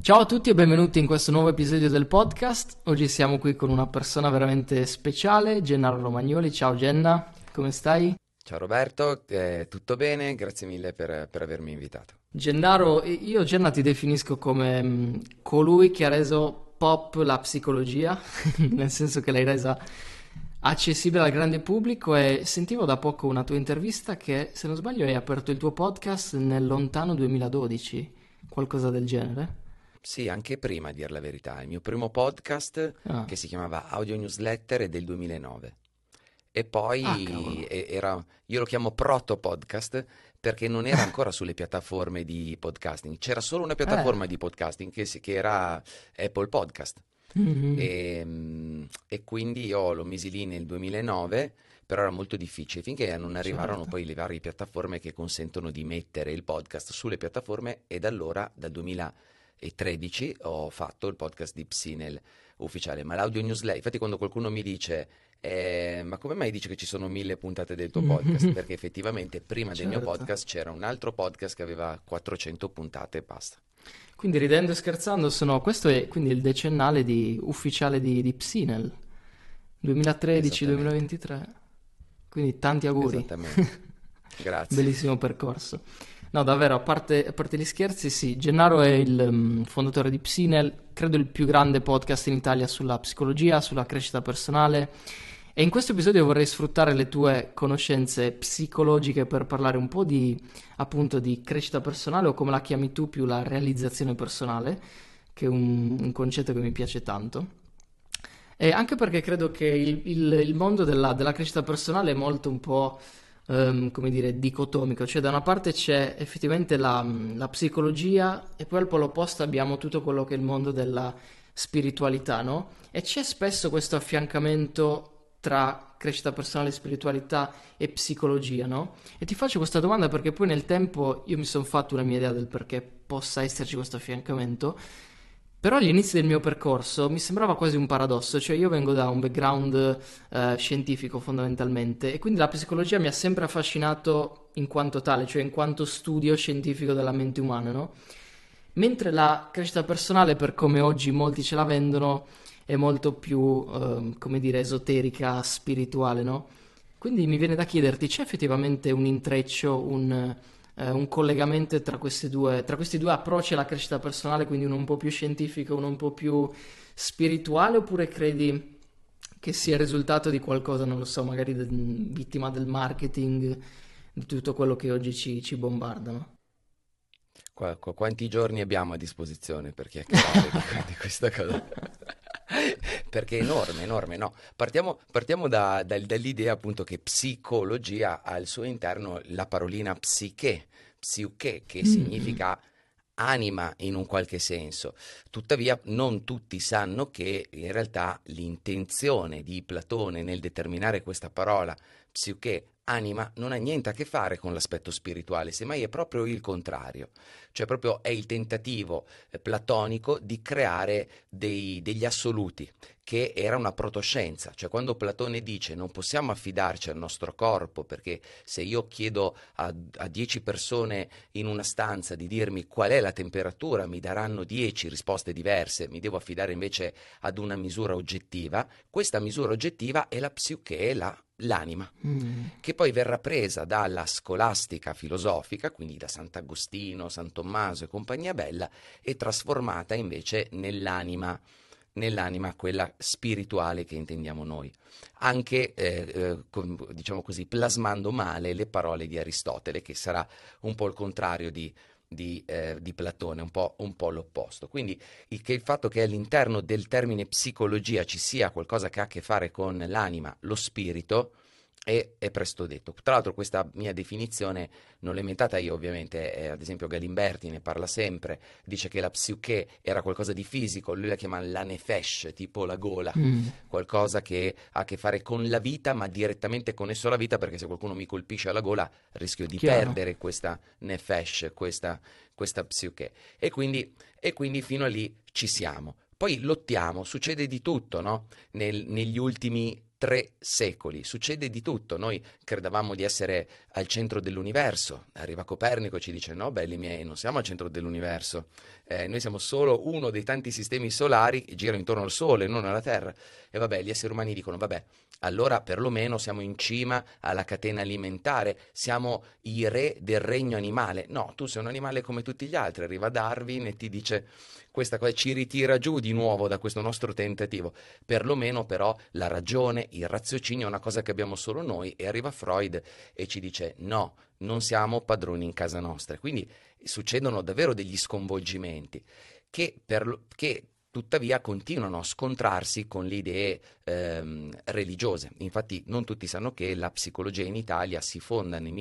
Ciao a tutti e benvenuti in questo nuovo episodio del podcast. Oggi siamo qui con una persona veramente speciale, Gennaro Romagnoli. Ciao Genna, come stai? Ciao Roberto, tutto bene? Grazie mille per avermi invitato. Gennaro, io Genna ti definisco come colui che ha reso pop la psicologia, nel senso che l'hai resa accessibile al grande pubblico e sentivo da poco una tua intervista che, se non sbaglio, hai aperto il tuo podcast nel lontano 2012, qualcosa del genere. Sì, anche prima a dir la verità, il mio primo podcast Ah, che si chiamava Audio Newsletter è del 2009 e cavolo. poi io lo chiamo proto podcast perché non era ancora sulle piattaforme di podcasting, c'era solo una Eh. piattaforma di podcasting che era Apple Podcast. Mhm. E quindi io lo misi lì nel 2009, però era molto difficile finché non arrivarono Certo. poi le varie piattaforme che consentono di mettere il podcast sulle piattaforme e da allora, dal 2013, ho fatto il podcast di Psinel ufficiale. Ma l'audio newsletter, infatti quando qualcuno mi dice ma come mai dici che ci sono 1000 puntate del tuo podcast? Perché effettivamente prima del mio Certo. podcast c'era un altro podcast che aveva 400 puntate e basta. Quindi ridendo e scherzando, questo è quindi il decennale ufficiale di Psinel, Esattamente, 2013-2023. Quindi tanti auguri. esattamente. Grazie. Bellissimo percorso. No, davvero, a parte gli scherzi, sì, Gennaro è il fondatore di Psinel, credo il più grande podcast in Italia sulla psicologia, sulla crescita personale. E in questo episodio vorrei sfruttare le tue conoscenze psicologiche per parlare un po' appunto, di crescita personale o come la chiami tu più la realizzazione personale, che è un concetto che mi piace tanto. E anche perché credo che il mondo della crescita personale è molto un po', come dire, dicotomico, cioè da una parte c'è effettivamente la psicologia e poi al polo opposto abbiamo tutto quello che è il mondo della spiritualità, no? E c'è spesso questo affiancamento tra crescita personale, spiritualità e psicologia, no? E ti faccio questa domanda perché poi nel tempo io mi sono fatto una mia idea del perché possa esserci questo affiancamento. Però all'inizio del mio percorso mi sembrava quasi un paradosso, cioè io vengo da un background scientifico fondamentalmente e quindi la psicologia mi ha sempre affascinato in quanto tale, cioè in quanto studio scientifico della mente umana, no? Mentre la crescita personale, per come oggi molti ce la vendono, è molto più, come dire, esoterica, spirituale, no? Quindi mi viene da chiederti, c'è effettivamente un intreccio, un collegamento tra questi due approcci alla crescita personale, quindi uno un po' più scientifico, uno un po' più spirituale, oppure credi che sia il risultato di qualcosa, non lo so, magari vittima del marketing, di tutto quello che oggi ci bombardano? Quanti giorni abbiamo a disposizione per chiacchierare di questa cosa? Perché è enorme, enorme, no? Partiamo dall'idea appunto che psicologia ha al suo interno la parolina psiche, che Mm, significa anima in un qualche senso. Tuttavia, non tutti sanno che in realtà l'intenzione di Platone nel determinare questa parola psiche, anima, non ha niente a che fare con l'aspetto spirituale, semmai è proprio il contrario, cioè proprio è il tentativo platonico di creare degli assoluti, che era una protoscienza, cioè quando Platone dice non possiamo affidarci al nostro corpo perché se io chiedo a 10 persone in una stanza di dirmi qual è la temperatura, mi daranno 10 risposte diverse, mi devo affidare invece ad una misura oggettiva, questa misura oggettiva è la psiche, è l'anima, mm, che poi verrà presa dalla scolastica filosofica, quindi da Sant'Agostino, San Tommaso e compagnia bella, e trasformata invece nell'anima quella spirituale che intendiamo noi, anche diciamo così, plasmando male le parole di Aristotele, che sarà un po' il contrario di Platone, un po' l'opposto. Quindi il fatto che all'interno del termine psicologia ci sia qualcosa che ha a che fare con l'anima, lo spirito, è presto detto. Tra l'altro questa mia definizione non l'ho inventata io ovviamente, ad esempio Galimberti ne parla sempre, dice che la psiche era qualcosa di fisico, lui la chiama la nefesh, tipo la gola, mm, qualcosa che ha a che fare con la vita, ma direttamente connesso alla vita, perché se qualcuno mi colpisce alla gola rischio di chiaro. perdere questa nefesh, questa psiche. E quindi fino a lì ci siamo. Poi lottiamo, succede di tutto, no? Negli ultimi 3 secoli succede di tutto. Noi credevamo di essere al centro dell'universo. Arriva Copernico e ci dice: no, belli miei, non siamo al centro dell'universo. noi siamo solo uno dei tanti sistemi solari che girano intorno al Sole, non alla Terra. E vabbè, gli esseri umani dicono, vabbè, allora perlomeno siamo in cima alla catena alimentare, siamo i re del regno animale. No, tu sei un animale come tutti gli altri. Arriva Darwin e ti dice questa cosa, ci ritira giù di nuovo da questo nostro tentativo. Perlomeno però la ragione, il raziocinio è una cosa che abbiamo solo noi, e arriva Freud e ci dice no, non siamo padroni in casa nostra. Quindi succedono davvero degli sconvolgimenti che tuttavia continuano a scontrarsi con le idee religiose. Infatti non tutti sanno che la psicologia in Italia si fonda nel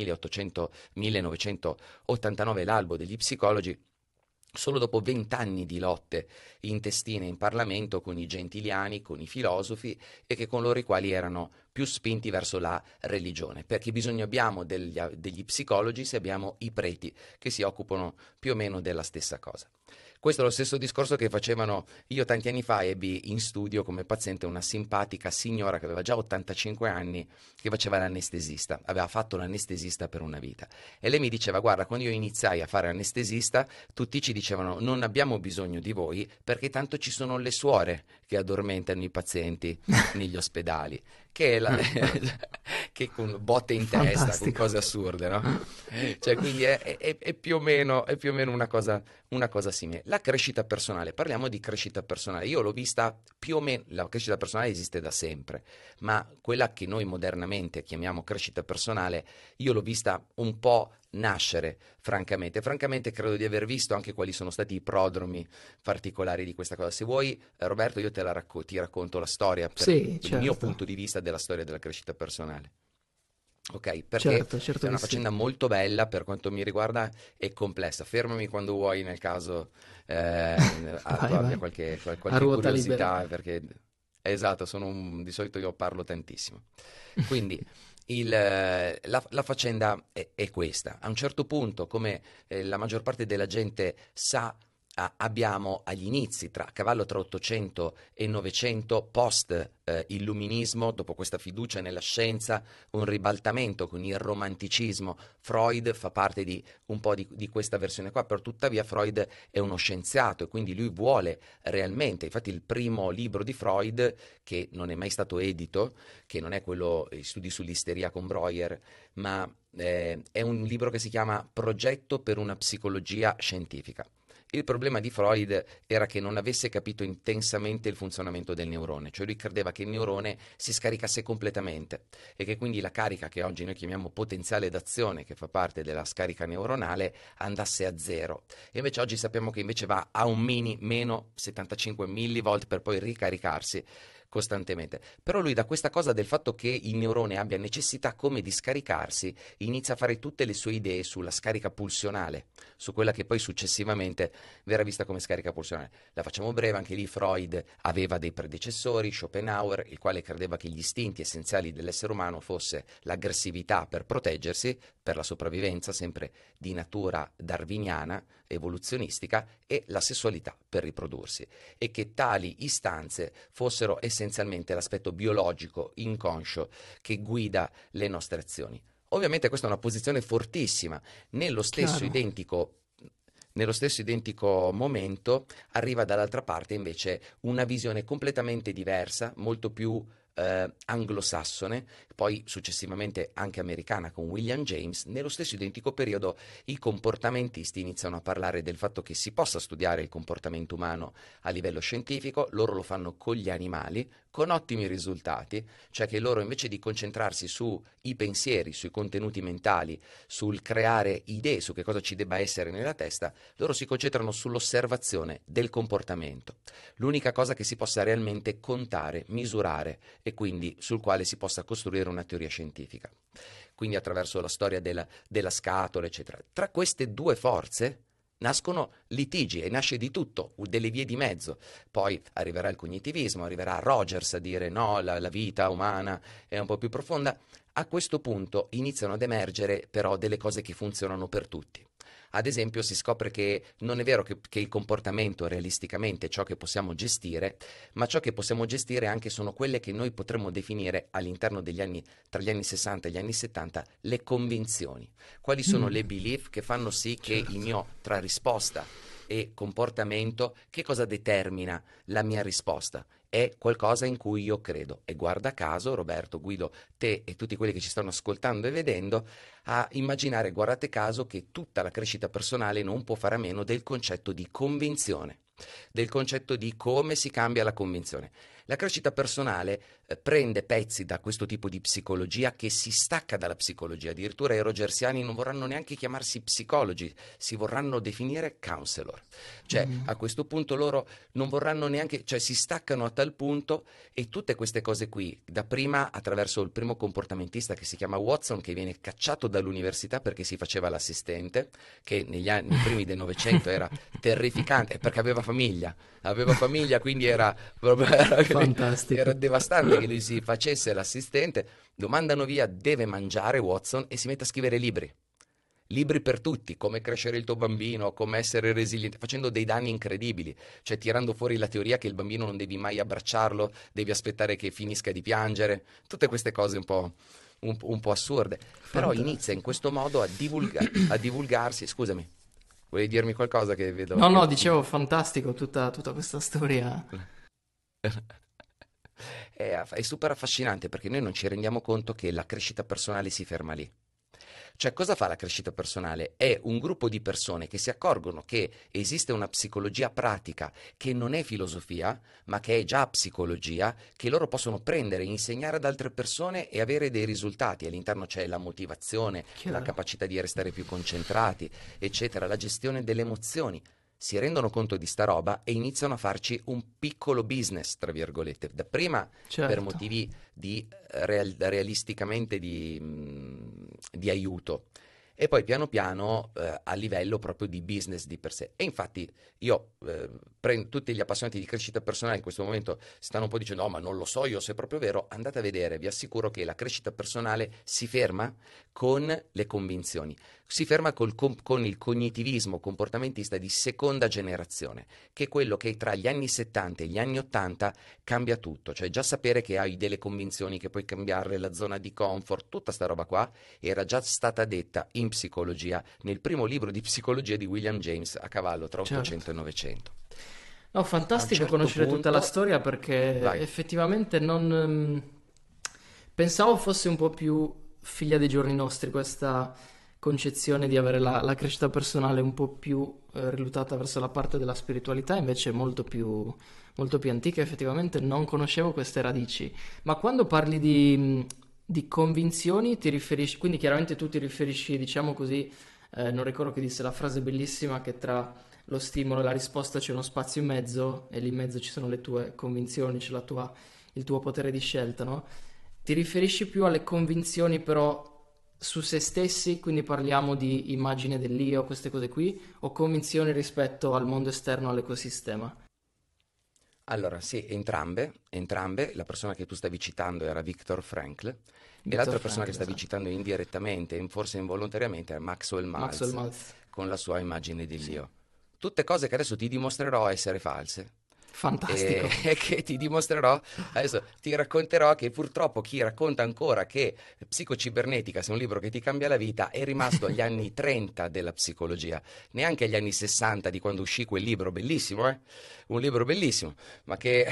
1989, l'albo degli psicologi, solo dopo 20 anni di lotte intestine in Parlamento con i gentiliani, con i filosofi, e che con loro i quali erano più spinti verso la religione. Perché bisogno abbiamo degli psicologi se abbiamo i preti che si occupano più o meno della stessa cosa. Questo è lo stesso discorso che facevano. Io tanti anni fa ebbi in studio come paziente una simpatica signora che aveva già 85 anni, che faceva l'anestesista, aveva fatto l'anestesista per una vita, e lei mi diceva, guarda, quando io iniziai a fare anestesista tutti ci dicevano non abbiamo bisogno di voi perché tanto ci sono le suore che addormentano i pazienti negli ospedali, che, che con botte in testa, con cose assurde, no? Cioè, quindi è più o meno una cosa simile. La crescita personale, parliamo di crescita personale. Io l'ho vista più o meno, la crescita personale esiste da sempre, ma quella che noi modernamente chiamiamo crescita personale, io l'ho vista un po' nascere, francamente. Francamente credo di aver visto anche quali sono stati i prodromi particolari di questa cosa. Se vuoi, Roberto, io ti racconto la storia, Sì, il mio certo. punto di vista della storia della crescita personale. Ok, perché Certo è una che sì. faccenda molto bella per quanto mi riguarda e complessa. Fermami quando vuoi nel caso tu Vai, abbia vai. A qualche ruota libera. curiosità, perché esatto, di solito io parlo tantissimo. Quindi la faccenda è questa. A un certo punto, come la maggior parte della gente sa, abbiamo agli inizi, a cavallo tra 800 e 900, post illuminismo, dopo questa fiducia nella scienza, un ribaltamento con il romanticismo. Freud fa parte di un po' di questa versione qua, però tuttavia Freud è uno scienziato e quindi lui vuole realmente, infatti il primo libro di Freud, che non è mai stato edito, che non è quello, gli studi sull'isteria con Breuer, ma è un libro che si chiama Progetto per una psicologia scientifica. Il problema di Freud era che non avesse capito intensamente il funzionamento del neurone, cioè lui credeva che il neurone si scaricasse completamente e che quindi la carica che oggi noi chiamiamo potenziale d'azione, che fa parte della scarica neuronale, andasse a zero. E invece oggi sappiamo che invece va a un meno 75 millivolt per poi ricaricarsi costantemente. Però lui, da questa cosa del fatto che il neurone abbia necessità come di scaricarsi, inizia a fare tutte le sue idee sulla scarica pulsionale, su quella che poi successivamente verrà vista come scarica pulsionale. La facciamo breve, anche lì Freud aveva dei predecessori, Schopenhauer, il quale credeva che gli istinti essenziali dell'essere umano fosse l'aggressività per proteggersi, per la sopravvivenza, sempre di natura darwiniana, evoluzionistica, e la sessualità per riprodursi, e che tali istanze fossero essenzialmente l'aspetto biologico inconscio che guida le nostre azioni. Ovviamente questa è una posizione fortissima. Nello stesso Chiaro. identico momento arriva dall'altra parte invece una visione completamente diversa, molto più anglosassone, poi successivamente anche americana con William James. Nello stesso identico periodo i comportamentisti iniziano a parlare del fatto che si possa studiare il comportamento umano a livello scientifico. Loro lo fanno con gli animali, con ottimi risultati, cioè che loro, invece di concentrarsi sui pensieri, sui contenuti mentali, sul creare idee su che cosa ci debba essere nella testa, loro si concentrano sull'osservazione del comportamento, l'unica cosa che si possa realmente contare, misurare, e quindi sul quale si possa costruire una teoria scientifica. Quindi attraverso la storia della scatola, eccetera. Tra queste due forze nascono litigi e nasce di tutto, delle vie di mezzo. Poi arriverà il cognitivismo, arriverà Rogers a dire no, la vita umana è un po' più profonda. A questo punto iniziano ad emergere però delle cose che funzionano per tutti. Ad esempio, si scopre che non è vero che il comportamento realisticamente è ciò che possiamo gestire, ma ciò che possiamo gestire anche sono quelle che noi potremmo definire all'interno degli anni, tra gli anni 60 e gli anni 70, le convinzioni. Quali sono le belief che fanno sì che il Certo. mio, tra risposta e comportamento, che cosa determina la mia risposta? È qualcosa in cui io credo. E guarda caso, Roberto, Guido, te e tutti quelli che ci stanno ascoltando e vedendo, a immaginare, guardate caso, che tutta la crescita personale non può fare a meno del concetto di convinzione, del concetto di come si cambia la convinzione. La crescita personale prende pezzi da questo tipo di psicologia che si stacca dalla psicologia. Addirittura i rogersiani non vorranno neanche chiamarsi psicologi, si vorranno definire counselor. Cioè, a questo punto loro non vorranno neanche, cioè si staccano a tal punto, e tutte queste cose qui, dapprima attraverso il primo comportamentista che si chiama Watson, che viene cacciato dall'università perché si faceva l'assistente, che nei primi del Novecento era terrificante, perché aveva famiglia, quindi era Fantastico. devastante che lui si facesse l'assistente. Lo mandano via, deve mangiare Watson e si mette a scrivere libri per tutti, come crescere il tuo bambino, come essere resiliente, facendo dei danni incredibili, cioè tirando fuori la teoria che il bambino non devi mai abbracciarlo, devi aspettare che finisca di piangere, tutte queste cose un po' assurde. Però inizia in questo modo a divulgarsi. Scusami, volevi dirmi qualcosa che vedo No, che... no, dicevo, fantastico tutta questa storia. È super affascinante, perché noi non ci rendiamo conto che la crescita personale si ferma lì. Cioè, cosa fa la crescita personale? È un gruppo di persone che si accorgono che esiste una psicologia pratica che non è filosofia, ma che è già psicologia, che loro possono prendere, insegnare ad altre persone e avere dei risultati. All'interno c'è la motivazione, la Chiaro. capacità di restare più concentrati, eccetera, la gestione delle emozioni. Si rendono conto di sta roba e iniziano a farci un piccolo business, tra virgolette. Dapprima per Certo. motivi di realisticamente di aiuto, e poi piano piano a livello proprio di business di per sé. E infatti io tutti gli appassionati di crescita personale in questo momento stanno un po' dicendo: oh, ma non lo so io se è proprio vero. Andate a vedere, vi assicuro che la crescita personale si ferma con le convinzioni, si ferma con il cognitivismo comportamentista di seconda generazione, che è quello che tra gli anni 70 e gli anni 80 cambia tutto. Cioè, già sapere che hai delle convinzioni, che puoi cambiarle, la zona di comfort, tutta sta roba qua era già stata detta in psicologia nel primo libro di psicologia di William James, a cavallo tra 800 Certo. e 900. No, A un fantastico certo conoscere tutta la punto, storia perché vai. effettivamente non... pensavo fosse un po' più figlia dei giorni nostri questa concezione di avere la crescita personale un po' più rilutata verso la parte della spiritualità, invece è molto più antica. Effettivamente non conoscevo queste radici. Ma quando parli di convinzioni ti riferisci, quindi chiaramente tu ti riferisci, diciamo così, non ricordo che disse la frase bellissima che tra lo stimolo e la risposta c'è uno spazio in mezzo e lì in mezzo ci sono le tue convinzioni, c'è il tuo potere di scelta, no? Ti riferisci più alle convinzioni però su se stessi, quindi parliamo di immagine dell'io, queste cose qui, o convinzioni rispetto al mondo esterno, all'ecosistema? Allora, sì, entrambe. La persona che tu stavi citando era Viktor Frankl, e Viktor l'altra persona che Frankl, stavi esatto. citando indirettamente, forse involontariamente, è Maxwell Maxwell Maltz, Maltz. con la sua immagine Sì. dell'io. Tutte cose che adesso ti dimostrerò essere false. E, Fantastico. e che ti dimostrerò, adesso ti racconterò che purtroppo chi racconta ancora che Psicocibernetica sia un libro che ti cambia la vita è rimasto agli anni 30 della psicologia, neanche agli anni 60 di quando uscì quel libro, bellissimo, un libro bellissimo, ma che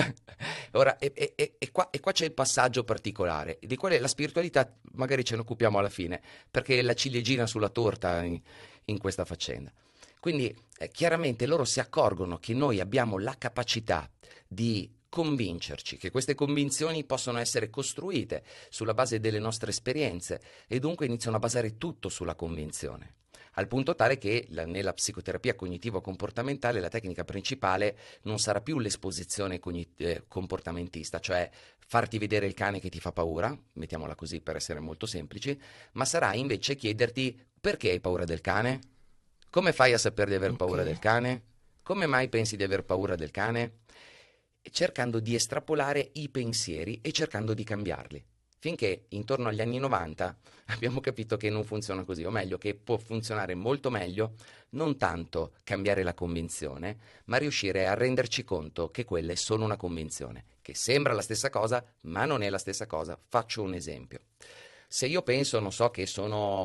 ora e qua c'è il passaggio particolare, di quale la spiritualità magari ce ne occupiamo alla fine, perché è la ciliegina sulla torta in questa faccenda. Quindi chiaramente loro si accorgono che noi abbiamo la capacità di convincerci, che queste convinzioni possono essere costruite sulla base delle nostre esperienze, e dunque iniziano a basare tutto sulla convinzione. Al punto tale che nella psicoterapia cognitivo-comportamentale la tecnica principale non sarà più l'esposizione comportamentista, cioè farti vedere il cane che ti fa paura, mettiamola così per essere molto semplici, ma sarà invece chiederti: perché hai paura del cane? Come fai a sapere di aver Ok. paura del cane? Come mai pensi di aver paura del cane? Cercando di estrapolare i pensieri e cercando di cambiarli. Finché intorno agli anni 90 abbiamo capito che non funziona così, o meglio, che può funzionare molto meglio non tanto cambiare la convinzione, ma riuscire a renderci conto che quella è solo una convinzione, che sembra la stessa cosa, ma non è la stessa cosa. Faccio un esempio. Se io penso, non so, che sono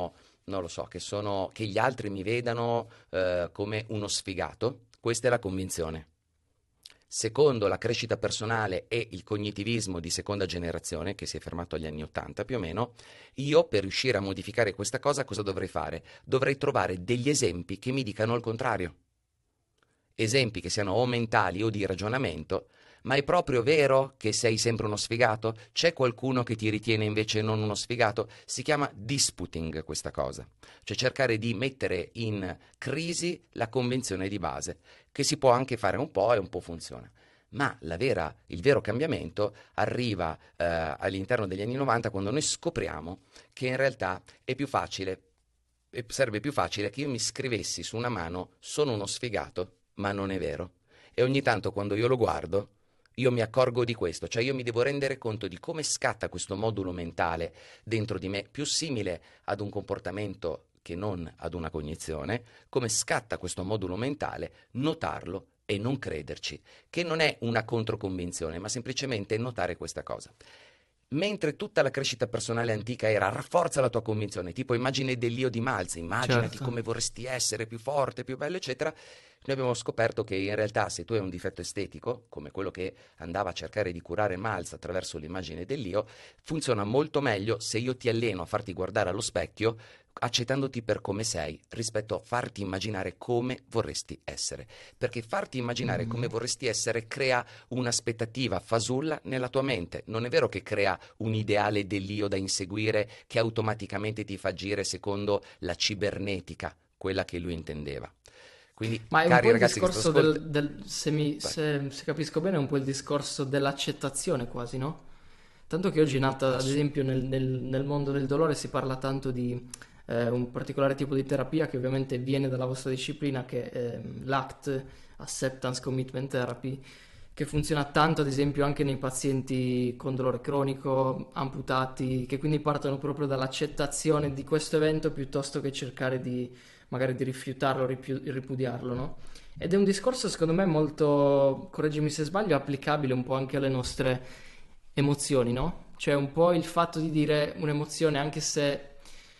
non lo so, che gli altri mi vedano come uno sfigato. Questa è la convinzione. Secondo la crescita personale e il cognitivismo di seconda generazione, che si è fermato agli anni 80 più o meno, io per riuscire a modificare questa cosa cosa dovrei fare? Dovrei trovare degli esempi che mi dicano il contrario. Esempi che siano o mentali o di ragionamento. Ma è proprio vero che sei sempre uno sfigato? C'è qualcuno che ti ritiene invece non uno sfigato? Si chiama disputing questa cosa, cioè cercare di mettere in crisi la convenzione di base, che si può anche fare un po' e un po' funziona. Ma il vero cambiamento arriva all'interno degli anni 90 quando noi scopriamo che in realtà è più facile, sarebbe più facile che io mi scrivessi su una mano sono uno sfigato, ma non è vero. E ogni tanto quando io lo guardo io mi accorgo di questo, cioè io mi devo rendere conto di come scatta questo modulo mentale dentro di me, più simile ad un comportamento che non ad una cognizione, come scatta questo modulo mentale, notarlo e non crederci, che non è una controconvinzione, ma semplicemente notare questa cosa. Mentre tutta la crescita personale antica era rafforza la tua convinzione, tipo immagine dell'io di Malzi, immaginati Certo. come vorresti essere più forte, più bello, eccetera. Noi abbiamo scoperto che in realtà se tu hai un difetto estetico, come quello che andava a cercare di curare Malz attraverso l'immagine dell'io, funziona molto meglio se io ti alleno a farti guardare allo specchio accettandoti per come sei, rispetto a farti immaginare come vorresti essere. Perché farti immaginare come vorresti essere crea un'aspettativa fasulla nella tua mente. Non è vero che crea un ideale dell'io da inseguire che automaticamente ti fa agire secondo la cibernetica, quella che lui intendeva. Quindi, Ma è un po' cari il ragazzi che sto discorso ascoltando, se capisco bene, è un po' il discorso dell'accettazione quasi, no? Tanto che oggi è nata, ad esempio, nel mondo del dolore si parla tanto di un particolare tipo di terapia che ovviamente viene dalla vostra disciplina, che è l'ACT, Acceptance Commitment Therapy, che funziona tanto, ad esempio, anche nei pazienti con dolore cronico, amputati, che quindi partono proprio dall'accettazione di questo evento piuttosto che cercare di magari di rifiutarlo, ripudiarlo, no? Ed è un discorso, secondo me, molto, correggimi se sbaglio, applicabile un po' anche alle nostre emozioni, no? Cioè un po' il fatto di dire un'emozione, anche se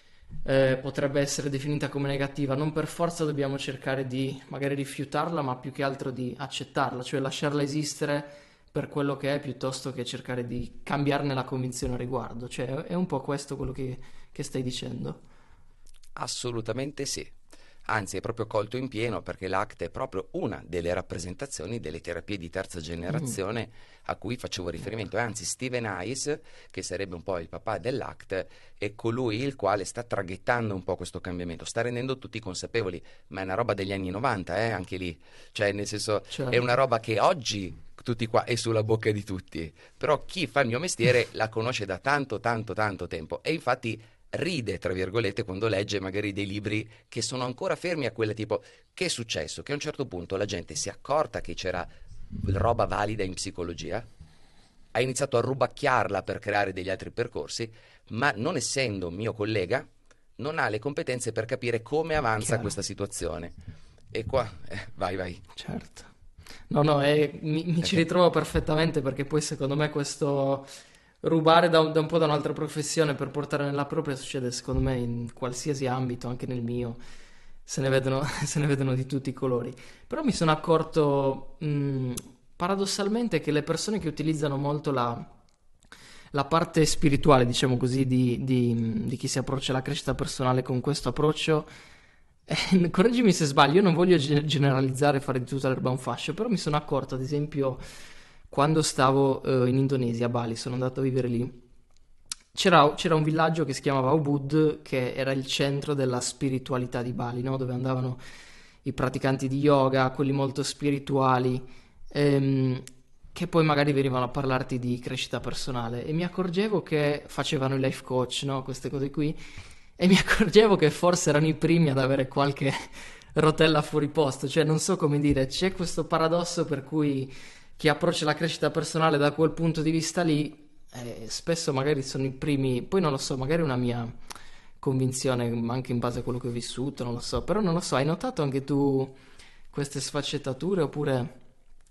potrebbe essere definita come negativa, non per forza dobbiamo cercare di magari rifiutarla, ma più che altro di accettarla, cioè lasciarla esistere per quello che è, piuttosto che cercare di cambiarne la convinzione a riguardo. Cioè è un po' questo quello che stai dicendo. assolutamente sì. Anzi, è proprio colto in pieno perché l'ACT è proprio una delle rappresentazioni delle terapie di terza Mm, generazione a cui facevo ecco. riferimento. E anzi, Steven Hayes, che sarebbe un po' il papà dell'ACT, è colui il quale sta traghettando un po' questo cambiamento, sta rendendo tutti consapevoli, ma è una roba degli anni 90, anche lì. Cioè, nel senso, è una Certo. roba che oggi tutti qua è sulla bocca di tutti, però chi fa il mio mestiere la conosce da tanto, tanto, tanto tempo. E infatti ride, tra virgolette, quando legge magari dei libri che sono ancora fermi a quella tipo, che è successo? Che a un certo punto la gente si è accorta che c'era roba valida in psicologia, ha iniziato a rubacchiarla per creare degli altri percorsi, ma non essendo mio collega, non ha le competenze per capire come avanza Chiaro. questa situazione. E qua, vai, vai. Certo. No, no, mi ci Perché? ritrovo perfettamente perché poi secondo me questo rubare da un po' da un'altra professione per portare nella propria succede secondo me in qualsiasi ambito, anche nel mio, se ne vedono, se ne vedono di tutti i colori. Però mi sono accorto paradossalmente che le persone che utilizzano molto la parte spirituale, diciamo così, di chi si approccia alla crescita personale con questo approccio, correggimi se sbaglio, io non voglio generalizzare e fare di tutta l'erba un fascio, però mi sono accorto, ad esempio, quando stavo in Indonesia, a Bali, sono andato a vivere lì, c'era un villaggio che si chiamava Ubud, che era il centro della spiritualità di Bali, no? Dove andavano i praticanti di yoga, quelli molto spirituali, ehm, che poi magari venivano a parlarti di crescita personale. E mi accorgevo che facevano i life coach, no? Queste cose qui. E mi accorgevo che forse erano i primi ad avere qualche rotella fuori posto. Cioè, non so come dire, c'è questo paradosso per cui chi approccia la crescita personale da quel punto di vista lì spesso magari sono i primi, poi non lo so, magari è una mia convinzione, ma anche in base a quello che ho vissuto, non lo so, però non lo so, hai notato anche tu queste sfaccettature oppure...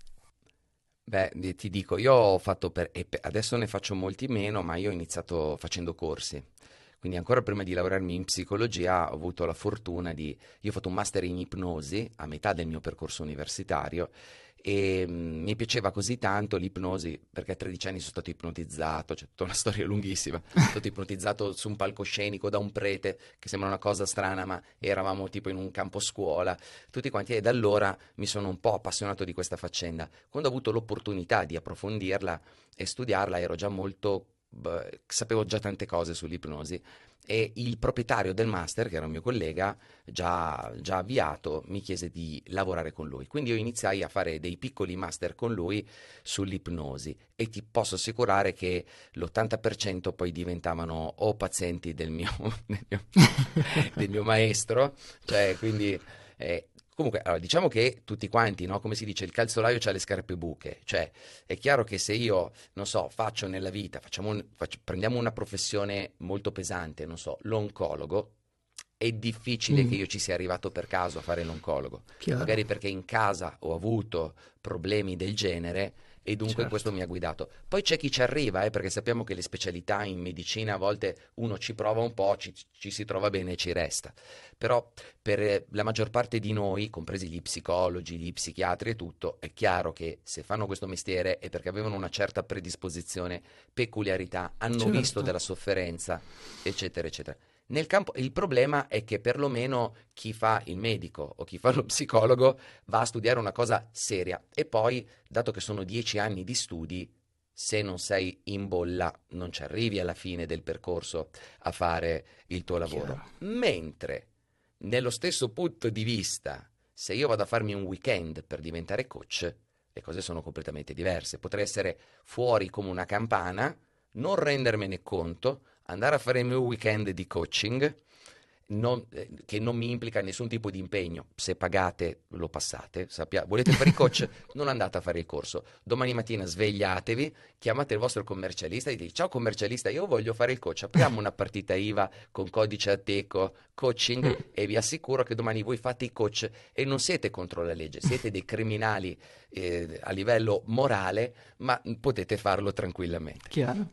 Beh, ti dico, io ho fatto adesso ne faccio molti meno, ma io ho iniziato facendo corsi. Quindi ancora prima di laurearmi in psicologia ho avuto la fortuna io ho fatto un master in ipnosi a metà del mio percorso universitario e mi piaceva così tanto l'ipnosi perché a 13 anni sono stato ipnotizzato, c'è tutta una storia lunghissima, sono stato ipnotizzato su un palcoscenico da un prete, che sembra una cosa strana, ma eravamo tipo in un campo scuola, tutti quanti, e da allora mi sono un po' appassionato di questa faccenda. Quando ho avuto l'opportunità di approfondirla e studiarla ero già sapevo già tante cose sull'ipnosi e il proprietario del master, che era un mio collega, già avviato, mi chiese di lavorare con lui. Quindi io iniziai a fare dei piccoli master con lui sull'ipnosi e ti posso assicurare che l'80% poi diventavano o pazienti del mio maestro, cioè quindi... Comunque, allora, diciamo che tutti quanti, no? Come si dice, il calzolaio c'ha le scarpe buche, cioè è chiaro che se io, non so, faccio nella vita, prendiamo una professione molto pesante, non so, l'oncologo, è difficile che io ci sia arrivato per caso a fare l'oncologo, Chiaro. magari perché in casa ho avuto problemi del genere e dunque Certo. questo mi ha guidato. Poi c'è chi ci arriva, perché sappiamo che le specialità in medicina a volte uno ci prova un po', ci si trova bene e ci resta. Però per la maggior parte di noi, compresi gli psicologi, gli psichiatri e tutto, è chiaro che se fanno questo mestiere è perché avevano una certa predisposizione, peculiarità, hanno visto Certo. della sofferenza, eccetera, eccetera. Nel campo, il problema è che perlomeno chi fa il medico o chi fa lo psicologo va a studiare una cosa seria e poi, dato che sono 10 anni di studi, se non sei in bolla non ci arrivi alla fine del percorso a fare il tuo lavoro. Chiaro. Mentre, nello stesso punto di vista, se io vado a farmi un weekend per diventare coach, le cose sono completamente diverse. Potrei essere fuori come una campana, non rendermene conto, andare a fare il mio weekend di coaching, che non mi implica nessun tipo di impegno. Se pagate, lo passate. Volete fare il coach? Non andate a fare il corso. Domani mattina svegliatevi, chiamate il vostro commercialista e dite: ciao commercialista, io voglio fare il coach. Apriamo una partita IVA con codice Ateco coaching e vi assicuro che domani voi fate i coach e non siete contro la legge, siete dei criminali a livello morale, ma potete farlo tranquillamente. Chiaro.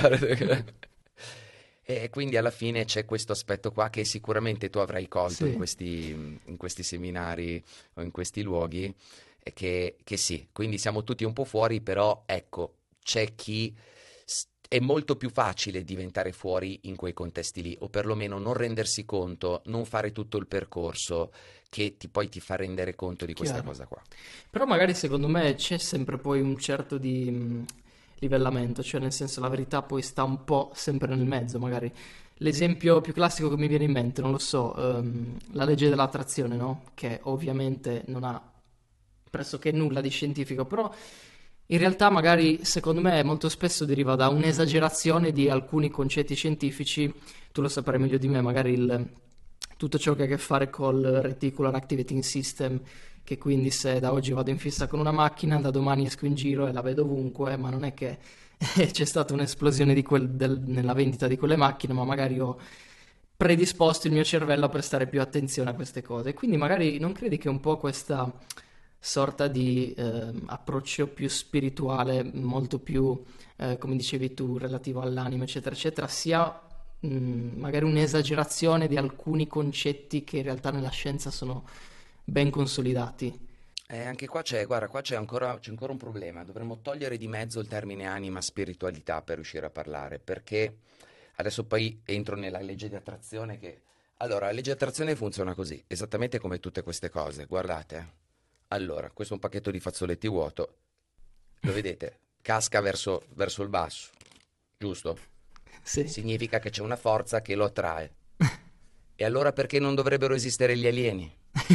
E quindi alla fine c'è questo aspetto qua che sicuramente tu avrai colto Sì. in questi seminari o in questi luoghi, e che sì, quindi siamo tutti un po' fuori, però ecco, c'è chi è molto più facile diventare fuori in quei contesti lì, o perlomeno non rendersi conto, non fare tutto il percorso che poi ti fa rendere conto di questa Chiaro. cosa qua. Però magari secondo me c'è sempre poi un certo di livellamento, cioè nel senso la verità poi sta un po' sempre nel mezzo, magari. L'esempio più classico che mi viene in mente, non lo so, la legge dell'attrazione, no? Che ovviamente non ha pressoché nulla di scientifico, però in realtà magari secondo me molto spesso deriva da un'esagerazione di alcuni concetti scientifici, tu lo saprai meglio di me, magari tutto ciò che ha a che fare col Reticular Activating System, che quindi se da oggi vado in fissa con una macchina, da domani esco in giro e la vedo ovunque, ma non è che c'è stata un'esplosione nella vendita di quelle macchine, ma magari ho predisposto il mio cervello a prestare più attenzione a queste cose. Quindi magari non credi che un po' questa sorta di approccio più spirituale, molto più, come dicevi tu, relativo all'anima, eccetera, eccetera, sia magari un'esagerazione di alcuni concetti che in realtà nella scienza sono ben consolidati. Anche qua guarda, qua c'è ancora un problema. Dovremmo togliere di mezzo il termine anima, spiritualità per riuscire a parlare, perché adesso poi entro nella legge di attrazione Allora, la legge di attrazione funziona così, esattamente come tutte queste cose. Guardate, Allora, questo è un pacchetto di fazzoletti vuoto, lo vedete? Casca verso il basso, giusto? Sì, Significa che c'è una forza che lo attrae. E allora perché non dovrebbero esistere gli alieni?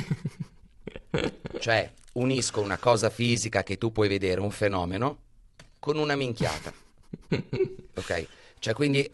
Cioè, unisco una cosa fisica che tu puoi vedere, un fenomeno, con una minchiata. Ok? Cioè, quindi...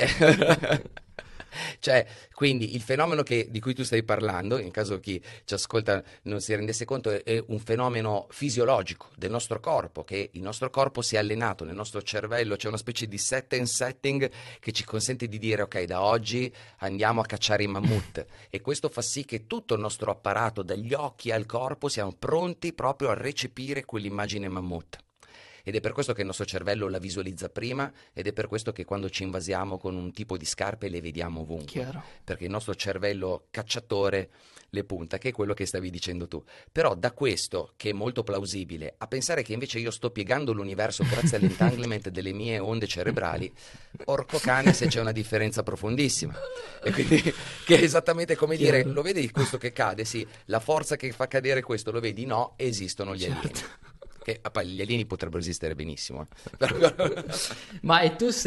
Cioè, quindi il fenomeno di cui tu stai parlando, in caso chi ci ascolta non si rendesse conto, è un fenomeno fisiologico del nostro corpo, che il nostro corpo si è allenato, nel nostro cervello c'è una specie di set and setting che ci consente di dire: ok, da oggi andiamo a cacciare i mammut, e questo fa sì che tutto il nostro apparato, dagli occhi al corpo, siamo pronti proprio a recepire quell'immagine mammut. ed è per questo che il nostro cervello la visualizza prima, ed è per questo che quando ci invasiamo con un tipo di scarpe le vediamo ovunque, Chiaro. perché il nostro cervello cacciatore le punta, che è quello che stavi dicendo tu. Però da questo, che è molto plausibile, a pensare che invece io sto piegando l'universo grazie all'entanglement delle mie onde cerebrali, porco cane se c'è una differenza profondissima. E quindi che è esattamente come dire, Chiaro. lo vedi questo che cade? Sì, la forza che fa cadere questo, lo vedi? No, esistono gli alieni. Certo. Che poi gli alieni potrebbero esistere benissimo. Però... Ma e tu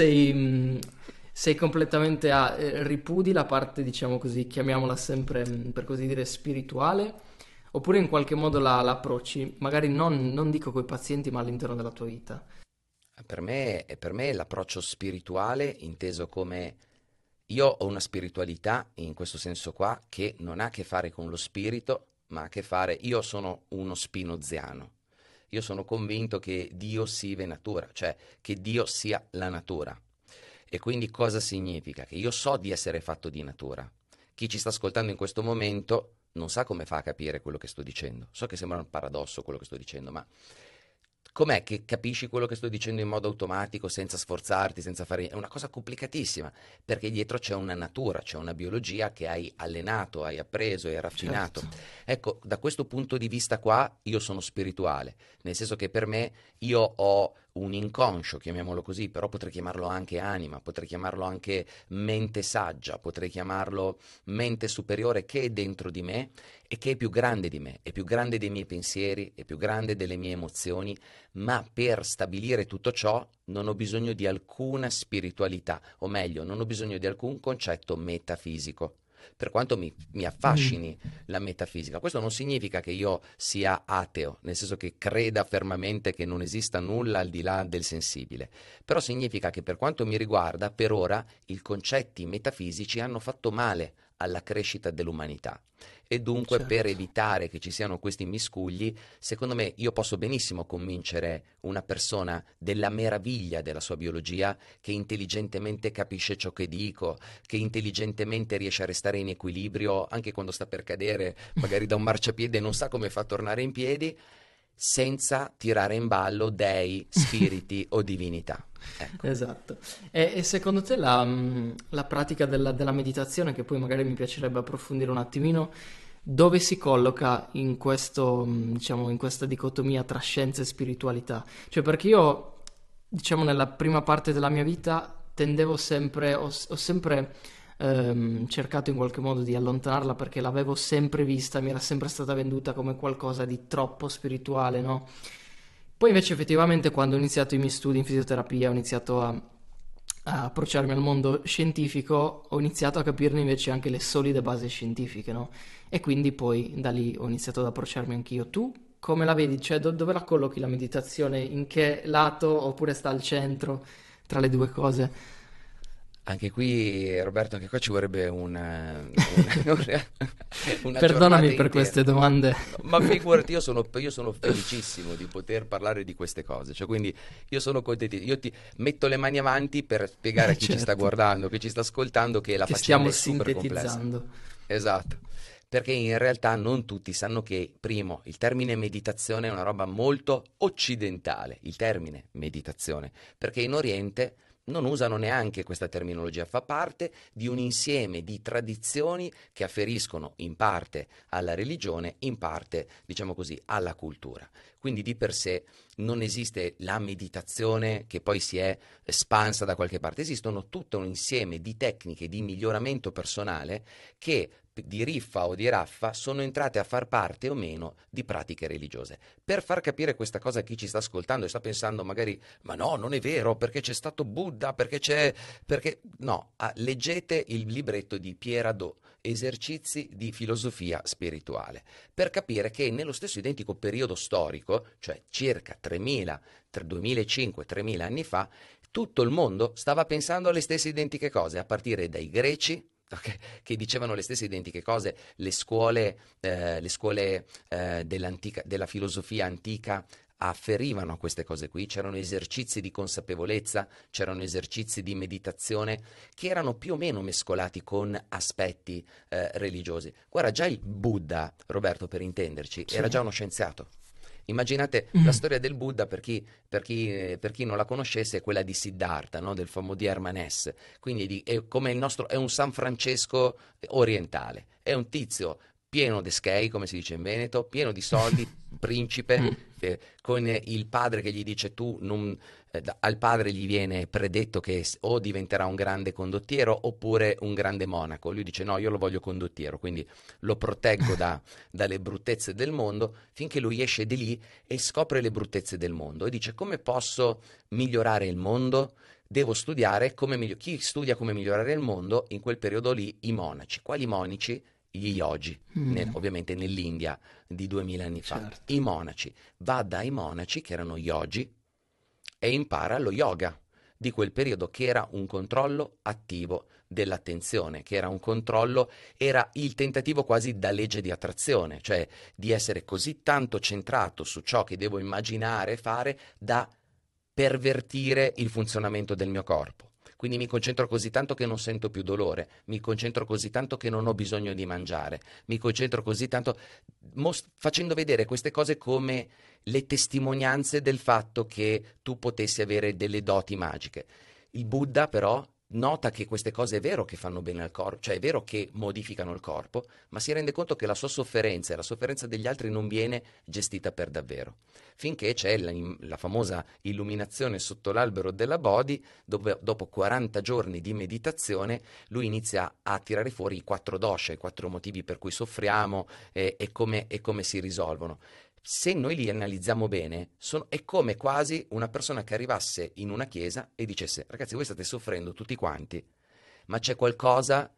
sei completamente ripudi la parte, diciamo così, chiamiamola sempre, per così dire, spirituale? Oppure in qualche modo la approcci? Magari non dico coi pazienti, ma all'interno della tua vita. Per me l'approccio spirituale, inteso come io ho una spiritualità, in questo senso qua, che non ha a che fare con lo spirito, ma ha a che fare, io sono uno spinoziano. Io sono convinto che Dio sive natura, cioè che Dio sia la natura. E quindi cosa significa? Che io so di essere fatto di natura. Chi ci sta ascoltando in questo momento non sa come fa a capire quello che sto dicendo. So che sembra un paradosso quello che sto dicendo, ma com'è che capisci quello che sto dicendo in modo automatico, senza sforzarti, senza fare... È una cosa complicatissima, perché dietro c'è una natura, c'è una biologia che hai allenato, hai appreso, hai raffinato. Certo. Ecco, da questo punto di vista qua io sono spirituale, nel senso che per me io ho un inconscio, chiamiamolo così, però potrei chiamarlo anche anima, potrei chiamarlo anche mente saggia, potrei chiamarlo mente superiore che è dentro di me e che è più grande di me, è più grande dei miei pensieri, è più grande delle mie emozioni, ma per stabilire tutto ciò non ho bisogno di alcuna spiritualità, o meglio, non ho bisogno di alcun concetto metafisico. Per quanto mi Mm, affascini la metafisica, questo non significa che io sia ateo, nel senso che creda fermamente che non esista nulla al di là del sensibile, però significa che per quanto mi riguarda, per ora i concetti metafisici hanno fatto male alla crescita dell'umanità. E dunque per certo. evitare che ci siano questi miscugli, secondo me io posso benissimo convincere una persona della meraviglia della sua biologia, che intelligentemente capisce ciò che dico, che intelligentemente riesce a restare in equilibrio anche quando sta per cadere, magari da un marciapiede e non sa come fa a tornare in piedi, senza tirare in ballo dei, spiriti o divinità. Ecco. Esatto. E secondo te la pratica della meditazione, che poi magari mi piacerebbe approfondire un attimino, dove si colloca in questo, diciamo, in questa dicotomia tra scienza e spiritualità? Cioè, perché io, diciamo, nella prima parte della mia vita tendevo sempre, ho sempre cercato in qualche modo di allontanarla perché l'avevo sempre vista, mi era sempre stata venduta come qualcosa di troppo spirituale, no? Poi invece effettivamente quando ho iniziato i miei studi in fisioterapia, ho iniziato a approcciarmi al mondo scientifico, ho iniziato a capirne invece anche le solide basi scientifiche, no? E quindi poi da lì ho iniziato ad approcciarmi anch'io. Tu come la vedi? Cioè dove la collochi la meditazione? In che lato? Oppure sta al centro tra le due cose? Anche qui, Roberto, anche qua ci vorrebbe una giornata Perdonami per intera. queste domande. No, ma figurati, io sono felicissimo di poter parlare di queste cose. Cioè, quindi io sono contento. Io ti metto le mani avanti per spiegare a chi ci sta Certo, guardando, chi ci sta ascoltando, che la che faccenda stiamo è super complessa. sintetizzando. Esatto. Perché in realtà non tutti sanno che, primo, il termine meditazione è una roba molto occidentale, il termine meditazione, perché in Oriente non usano neanche questa terminologia, fa parte di un insieme di tradizioni che afferiscono in parte alla religione, in parte, diciamo così, alla cultura. Quindi di per sé non esiste la meditazione che poi si è espansa da qualche parte, esistono tutto un insieme di tecniche di miglioramento personale che di riffa o di raffa sono entrate a far parte o meno di pratiche religiose. Per far capire questa cosa a chi ci sta ascoltando e sta pensando magari ma no, non è vero, perché c'è stato Buddha, perché c'è... perché... No, leggete il libretto di Pierre Hadot, Esercizi di filosofia spirituale, per capire che nello stesso identico periodo storico, cioè circa 3000, tra 2005-3000 anni fa, tutto il mondo stava pensando alle stesse identiche cose, a partire dai greci, che dicevano le stesse identiche cose, le scuole della filosofia antica afferivano a queste cose qui, c'erano esercizi di consapevolezza, c'erano esercizi di meditazione che erano più o meno mescolati con aspetti religiosi. Guarda, già il Buddha, Roberto, per intenderci, Sì, era già uno scienziato. Immaginate la storia del Buddha, per chi non la conoscesse, è quella di Siddhartha, no? Del di Hermanès. Quindi è come il nostro, è un San Francesco orientale, è un tizio pieno di schei, come si dice in Veneto, pieno di soldi, principe, con il padre che gli dice al padre gli viene predetto che o diventerà un grande condottiero oppure un grande monaco. Lui dice no, io lo voglio condottiero, quindi lo proteggo dalle bruttezze del mondo, finché lui esce di lì e scopre le bruttezze del mondo e dice come posso migliorare il mondo? Devo studiare chi studia come migliorare il mondo in quel periodo lì? I monaci. Quali monaci? Gli yogi, ovviamente nell'India di 2000 anni fa. Certo. I monaci. Va dai monaci che erano yogi e impara lo yoga di quel periodo, che era un controllo attivo dell'attenzione, che era un controllo, era il tentativo quasi da legge di attrazione, cioè di essere così tanto centrato su ciò che devo immaginare e fare da pervertire il funzionamento del mio corpo. Quindi mi concentro così tanto che non sento più dolore, mi concentro così tanto che non ho bisogno di mangiare, mi concentro così tanto, facendo vedere queste cose come le testimonianze del fatto che tu potessi avere delle doti magiche. Il Buddha però nota che queste cose è vero che fanno bene al corpo, cioè è vero che modificano il corpo, ma si rende conto che la sua sofferenza e la sofferenza degli altri non viene gestita per davvero. Finché c'è la famosa illuminazione sotto l'albero della Bodhi, dove dopo 40 giorni di meditazione lui inizia a tirare fuori i 4 dosha, i 4 motivi per cui soffriamo e come si risolvono. Se noi li analizziamo bene, è come quasi una persona che arrivasse in una chiesa e dicesse: ragazzi, voi state soffrendo tutti quanti, ma c'è qualcosa,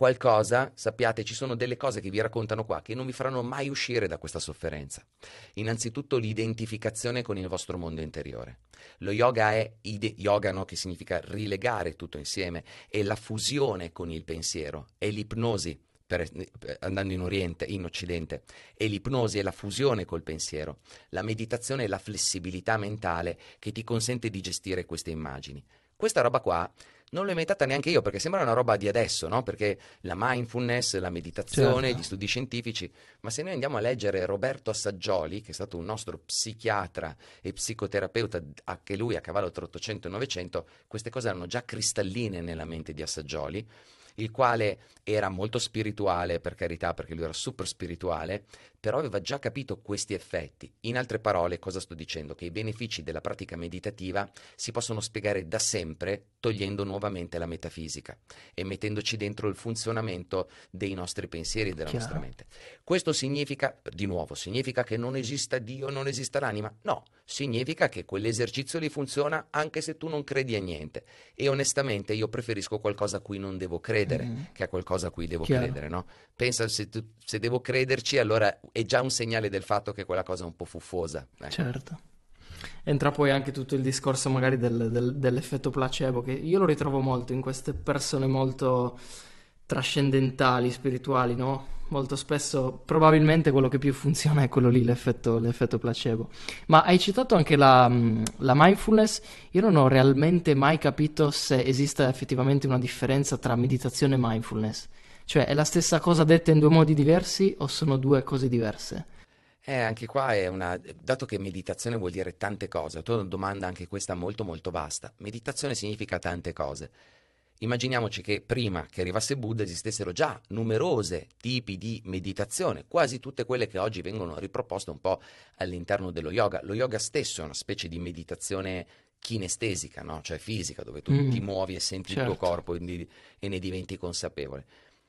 sappiate, ci sono delle cose che vi raccontano qua che non vi faranno mai uscire da questa sofferenza. Innanzitutto l'identificazione con il vostro mondo interiore. Lo yoga è yoga, no? Che significa rilegare tutto insieme, è la fusione con il pensiero, è l'ipnosi. Andando in Occidente, e l'ipnosi è la fusione col pensiero, la meditazione è la flessibilità mentale che ti consente di gestire queste immagini. Questa roba qua non l'ho inventata neanche io, perché sembra una roba di adesso, no? Perché la mindfulness, la meditazione, Certo. gli studi scientifici, ma se noi andiamo a leggere Roberto Assaggioli, che è stato un nostro psichiatra e psicoterapeuta, anche lui a cavallo tra 800 e 900, queste cose erano già cristalline nella mente di Assaggioli, il quale era molto spirituale, per carità, perché lui era super spirituale, però aveva già capito questi effetti. In altre parole, cosa sto dicendo? Che i benefici della pratica meditativa si possono spiegare da sempre togliendo nuovamente la metafisica e mettendoci dentro il funzionamento dei nostri pensieri e della nostra mente. Questo significa, di nuovo, significa che non esista Dio, non esista l'anima? No, significa che quell'esercizio lì funziona anche se tu non credi a niente. E onestamente io preferisco qualcosa a cui non devo credere che a qualcosa a cui devo credere, no? Pensa, se devo crederci, allora è già un segnale del fatto che quella cosa è un po' fuffosa. Certo. Entra poi anche tutto il discorso magari dell'effetto placebo, che io lo ritrovo molto in queste persone molto trascendentali, spirituali, no? Molto spesso probabilmente quello che più funziona è quello lì, l'effetto placebo. Ma hai citato anche la mindfulness. Io non ho realmente mai capito se esista effettivamente una differenza tra meditazione e mindfulness. Cioè, è la stessa cosa detta in due modi diversi o sono due cose diverse? Anche qua dato che meditazione vuol dire tante cose, la tua domanda anche questa molto molto vasta. Meditazione significa tante cose. Immaginiamoci che prima che arrivasse Buddha esistessero già numerose tipi di meditazione, quasi tutte quelle che oggi vengono riproposte un po' all'interno dello yoga. Lo yoga stesso è una specie di meditazione kinestesica, no? Cioè fisica, dove tu ti muovi e senti il tuo corpo e ne diventi consapevole.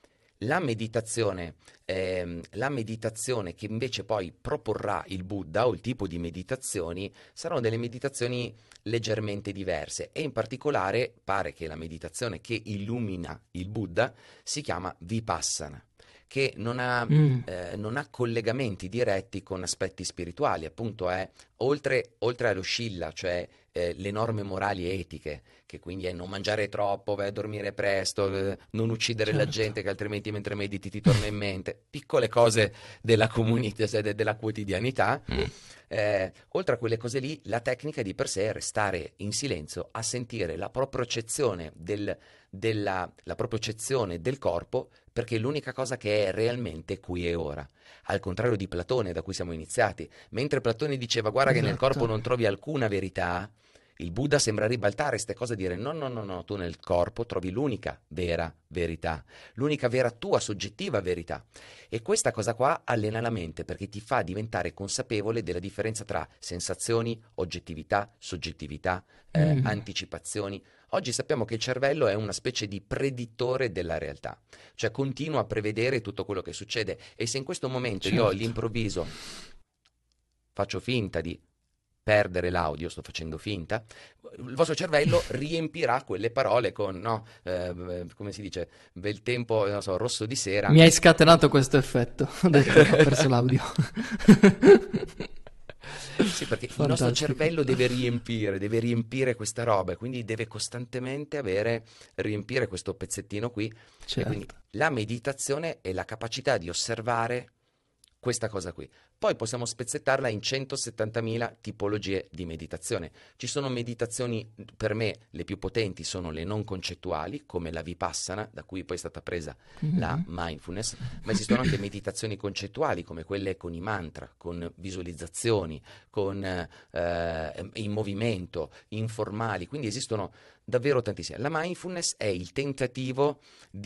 La meditazione che invece poi proporrà il Buddha, o il tipo di meditazioni, saranno delle meditazioni leggermente diverse, e in particolare pare che la meditazione che illumina il Buddha si chiama Vipassana, che non ha collegamenti diretti con aspetti spirituali, appunto è oltre allo Shilla, cioè le norme morali e etiche, che quindi è non mangiare troppo, vai a dormire presto, non uccidere la Certo. gente che altrimenti mentre mediti ti torna in mente, piccole cose della comunità, della quotidianità. Oltre a quelle cose lì, la tecnica di per sé è restare in silenzio a sentire la propria accezione la propria accezione del corpo, perché è l'unica cosa che è realmente qui e ora. Al contrario di Platone, da cui siamo iniziati, mentre Platone diceva guarda che nel corpo Esatto. non trovi alcuna verità, il Buddha sembra ribaltare queste cose e dire no, no, no, no, tu nel corpo trovi l'unica vera verità, l'unica vera tua soggettiva verità. E questa cosa qua allena la mente perché ti fa diventare consapevole della differenza tra sensazioni, oggettività, soggettività, Mm. anticipazioni. Oggi sappiamo che il cervello è una specie di predittore della realtà, cioè continua a prevedere tutto quello che succede e se in questo momento io Certo. all'improvviso faccio finta di perdere l'audio, sto facendo finta, il vostro cervello riempirà quelle parole con, no, come si dice, bel tempo, non so, rosso di sera. Mi hai scatenato questo effetto. Ho detto, ho perso l'audio. Sì, perché il nostro Fantastico. cervello deve riempire questa roba, e quindi deve costantemente riempire questo pezzettino qui. E quindi Certo. la meditazione è la capacità di osservare questa cosa qui. Poi possiamo spezzettarla in 170.000 tipologie di meditazione. Ci sono meditazioni, per me, le più potenti sono le non concettuali, come la Vipassana, da cui poi è stata presa la Mhm. mindfulness, ma esistono anche meditazioni concettuali, come quelle con i mantra, con visualizzazioni, con in movimento, informali, quindi esistono davvero tantissime. La mindfulness è il tentativo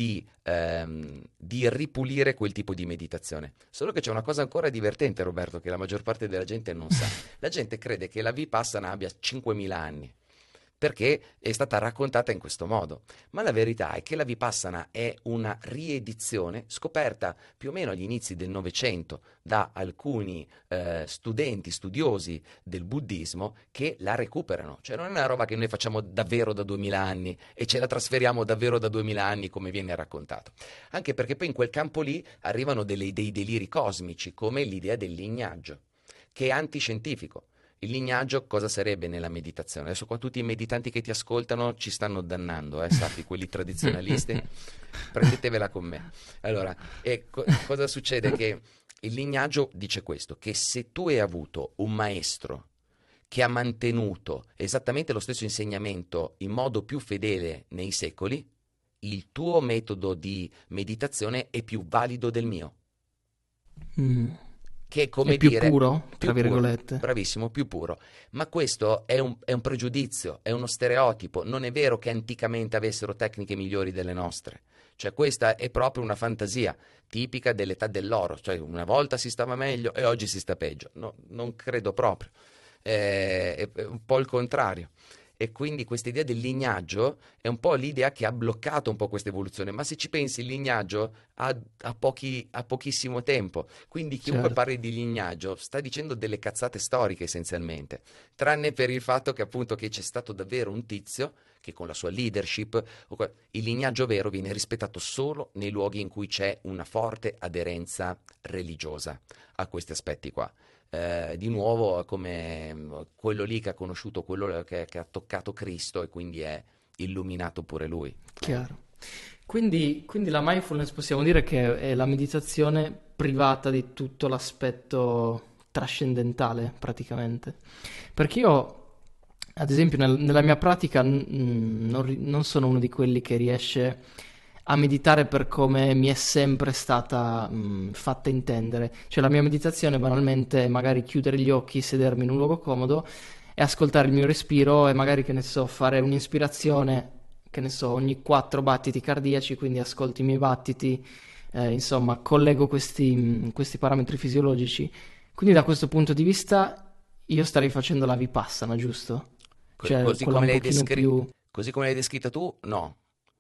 di ripulire quel tipo di meditazione. Solo che c'è una cosa ancora divertente, Roberto, che la maggior parte della gente non sa. La gente crede che la Vipassana abbia 5.000 anni, perché è stata raccontata in questo modo. Ma la verità è che la Vipassana è una riedizione scoperta più o meno agli inizi del Novecento da alcuni studiosi del buddismo che la recuperano. Cioè non è una roba che noi facciamo davvero da 2000 anni e ce la trasferiamo davvero da 2000 anni come viene raccontato. Anche perché poi in quel campo lì arrivano dei deliri cosmici, come l'idea del lignaggio, che è antiscientifico. Il lignaggio cosa sarebbe nella meditazione? Adesso qua tutti i meditanti che ti ascoltano ci stanno dannando, sappi, quelli tradizionalisti, prendetevela con me. Allora, cosa succede? Che il lignaggio dice questo, che se tu hai avuto un maestro che ha mantenuto esattamente lo stesso insegnamento in modo più fedele nei secoli, il tuo metodo di meditazione è più valido del mio. Mm. Che è È come più dire puro, tra più puro, virgolette. bravissimo, più puro. Ma questo è un pregiudizio, è uno stereotipo. Non è vero che anticamente avessero tecniche migliori delle nostre. Cioè questa è proprio una fantasia tipica dell'età dell'oro. Cioè una volta si stava meglio e oggi si sta peggio. No, non credo proprio. È un po' il contrario. E quindi questa idea del lignaggio è un po' l'idea che ha bloccato un po' questa evoluzione. Ma se ci pensi, il lignaggio ha pochissimo tempo. Quindi chiunque Certo. parli di lignaggio sta dicendo delle cazzate storiche essenzialmente, tranne per il fatto che appunto che c'è stato davvero un tizio che con la sua leadership, il lignaggio vero viene rispettato solo nei luoghi in cui c'è una forte aderenza religiosa a questi aspetti qua. Di nuovo come quello lì che ha conosciuto, quello che ha toccato Cristo e quindi è illuminato pure lui. Chiaro. Quindi la mindfulness possiamo dire che è la meditazione privata di tutto l'aspetto trascendentale, praticamente. Perché io, ad esempio, nella mia pratica non sono uno di quelli che riesce a meditare per come mi è sempre stata fatta intendere. Cioè la mia meditazione banalmente è magari chiudere gli occhi, sedermi in un luogo comodo e ascoltare il mio respiro e magari, che ne so, fare un'ispirazione, che ne so, ogni 4 battiti cardiaci, quindi ascolto i miei battiti, insomma, collego questi parametri fisiologici. Quindi da questo punto di vista io starei facendo la Vipassana, giusto? Cioè Così quella come un pochino più... così come l'hai descritta tu, no.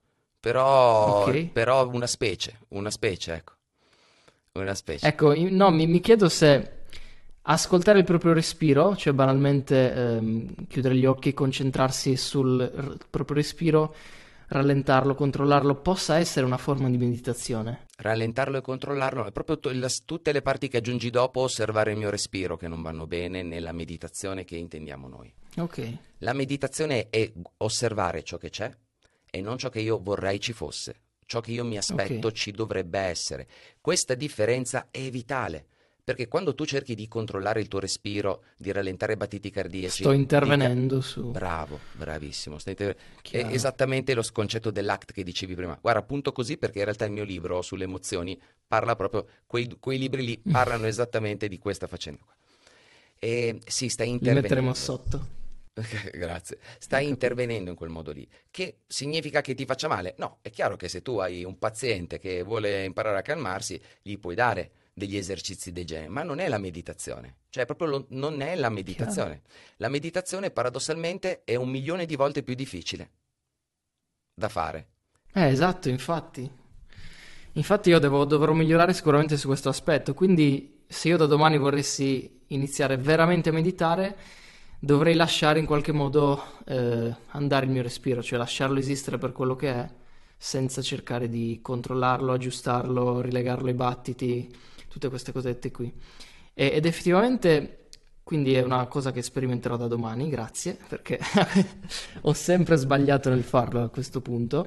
Ok. Però una specie, ecco, una specie. Ecco, no, mi chiedo se ascoltare il proprio respiro, cioè banalmente chiudere gli occhi e concentrarsi sul proprio respiro, rallentarlo, controllarlo, possa essere una forma di meditazione. Rallentarlo e controllarlo è proprio tutte le parti che aggiungi dopo, osservare il mio respiro, che non vanno bene nella meditazione che intendiamo noi. Ok, La meditazione è osservare ciò che c'è e non ciò che io vorrei ci fosse, ciò che io mi ok. aspetto ci dovrebbe essere. Questa differenza è vitale, perché quando tu cerchi di controllare il tuo respiro, di rallentare i battiti Sto cardiaci, intervenendo su... Bravo, bravissimo. È Chiaro. esattamente lo concetto dell'act che dicevi prima. Guarda, appunto così perché in realtà il mio libro sulle emozioni parla proprio, quei libri lì parlano esattamente di questa faccenda qua. E sì, stai Li metteremo intervenendo. sotto. Grazie. Ho Stai capito. intervenendo in quel modo lì. Che significa che ti faccia male? No, è chiaro che se tu hai un paziente che vuole imparare a calmarsi, gli puoi dare degli esercizi del genere, ma non è la meditazione. Cioè, proprio non è la Chiaro. meditazione. La meditazione, paradossalmente, è 1 milione di volte più difficile da fare. Esatto, infatti. Infatti io dovrò migliorare sicuramente su questo aspetto, quindi se io da domani volessi iniziare veramente a meditare, dovrei lasciare in qualche modo andare il mio respiro, cioè lasciarlo esistere per quello che è, senza cercare di controllarlo, aggiustarlo, rilegarlo ai battiti, tutte queste cosette qui. Ed effettivamente, quindi è una cosa che sperimenterò da domani, grazie, perché ho sempre sbagliato nel farlo a questo punto.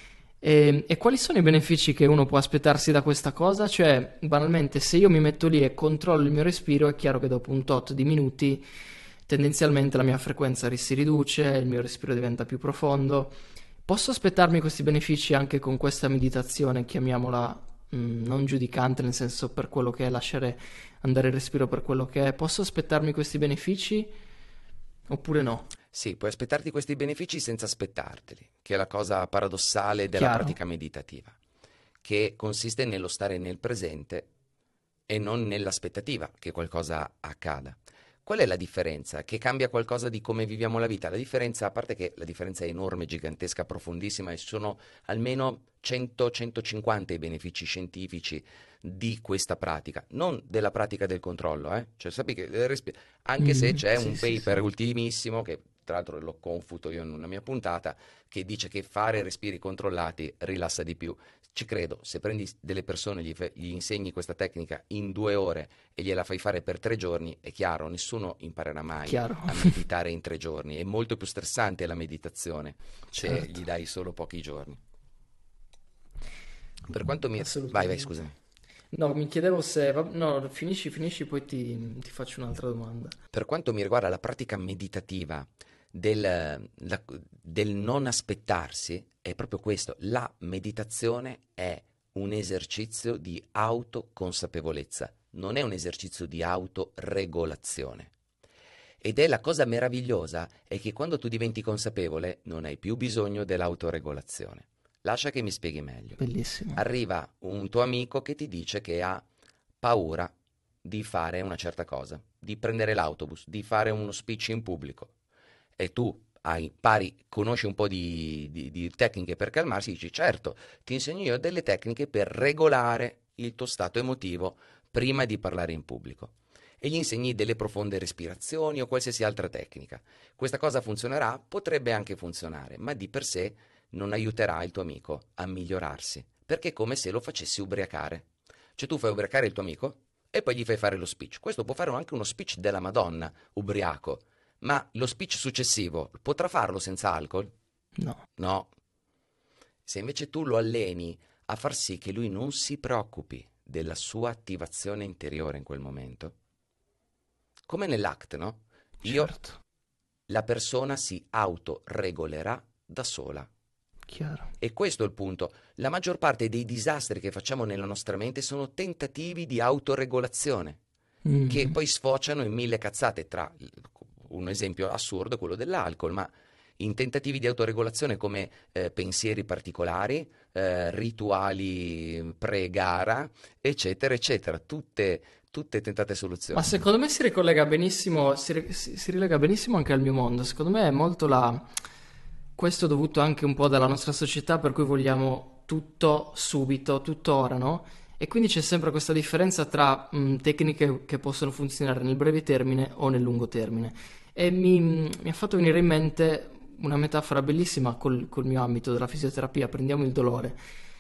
E quali sono i benefici che uno può aspettarsi da questa cosa? Cioè, banalmente, se io mi metto lì e controllo il mio respiro, è chiaro che dopo un tot di minuti tendenzialmente la mia frequenza si riduce, il mio respiro diventa più profondo. Posso aspettarmi questi benefici anche con questa meditazione, chiamiamola non giudicante, nel senso per quello che è, lasciare andare il respiro per quello che è. Posso aspettarmi questi benefici oppure no? Sì, puoi aspettarti questi benefici senza aspettarteli, che è la cosa paradossale della Chiaro. pratica meditativa, che consiste nello stare nel presente e non nell'aspettativa che qualcosa accada. Qual è la differenza? Che cambia qualcosa di come viviamo la vita? La differenza, a parte che la differenza è enorme, gigantesca, profondissima e sono almeno 100-150 i benefici scientifici di questa pratica, non della pratica del controllo, eh? Cioè, sappi che anche se c'è Sì, un sì, paper sì. ultimissimo che tra l'altro lo confuto io in una mia puntata, che dice che fare respiri controllati rilassa di più. Ci credo, se prendi delle persone, gli insegni questa tecnica in 2 ore e gliela fai fare per 3 giorni, è chiaro, nessuno imparerà mai Chiaro. a meditare in 3 giorni. È molto più stressante la meditazione se Certo, gli dai solo pochi giorni. Per quanto mi... Vai, vai, assolutamente. scusami. No, mi chiedevo se... No, finisci, poi ti faccio un'altra domanda. Per quanto mi riguarda la pratica meditativa del non aspettarsi, è proprio questo. La meditazione è un esercizio di autoconsapevolezza, non è un esercizio di autoregolazione. Ed è la cosa meravigliosa, è che quando tu diventi consapevole non hai più bisogno dell'autoregolazione. Lascia che mi spieghi meglio. Bellissimo. Arriva un tuo amico che ti dice che ha paura di fare una certa cosa, di prendere l'autobus, di fare uno speech in pubblico e tu conosci un po' di tecniche per calmarsi, dici certo, ti insegno io delle tecniche per regolare il tuo stato emotivo prima di parlare in pubblico e gli insegni delle profonde respirazioni o qualsiasi altra tecnica. Questa cosa funzionerà? Potrebbe anche funzionare, ma di per sé non aiuterà il tuo amico a migliorarsi, perché è come se lo facessi ubriacare. Cioè tu fai ubriacare il tuo amico e poi gli fai fare lo speech. Questo può fare anche uno speech della Madonna, ubriaco, ma lo speech successivo potrà farlo senza alcol? No, No. Se invece tu lo alleni a far sì che lui non si preoccupi della sua attivazione interiore in quel momento, come nell'act, no? Io, certo, la persona si autoregolerà da sola. chiaro. E questo è il punto. La maggior parte dei disastri che facciamo nella nostra mente sono tentativi di autoregolazione, che Mhm. poi sfociano in mille cazzate. Un esempio assurdo è quello dell'alcol, ma in tentativi di autoregolazione come pensieri particolari, rituali pre-gara, eccetera, eccetera. Tutte tentate Ma soluzioni. secondo me si ricollega benissimo, si rilega benissimo anche al mio mondo. Secondo me è molto la... Questo è dovuto anche un po' dalla nostra società per cui vogliamo tutto subito, tutto ora, no? E quindi c'è sempre questa differenza tra tecniche che possono funzionare nel breve termine o nel lungo termine. E mi ha fatto venire in mente una metafora bellissima col mio ambito della fisioterapia. Prendiamo il dolore.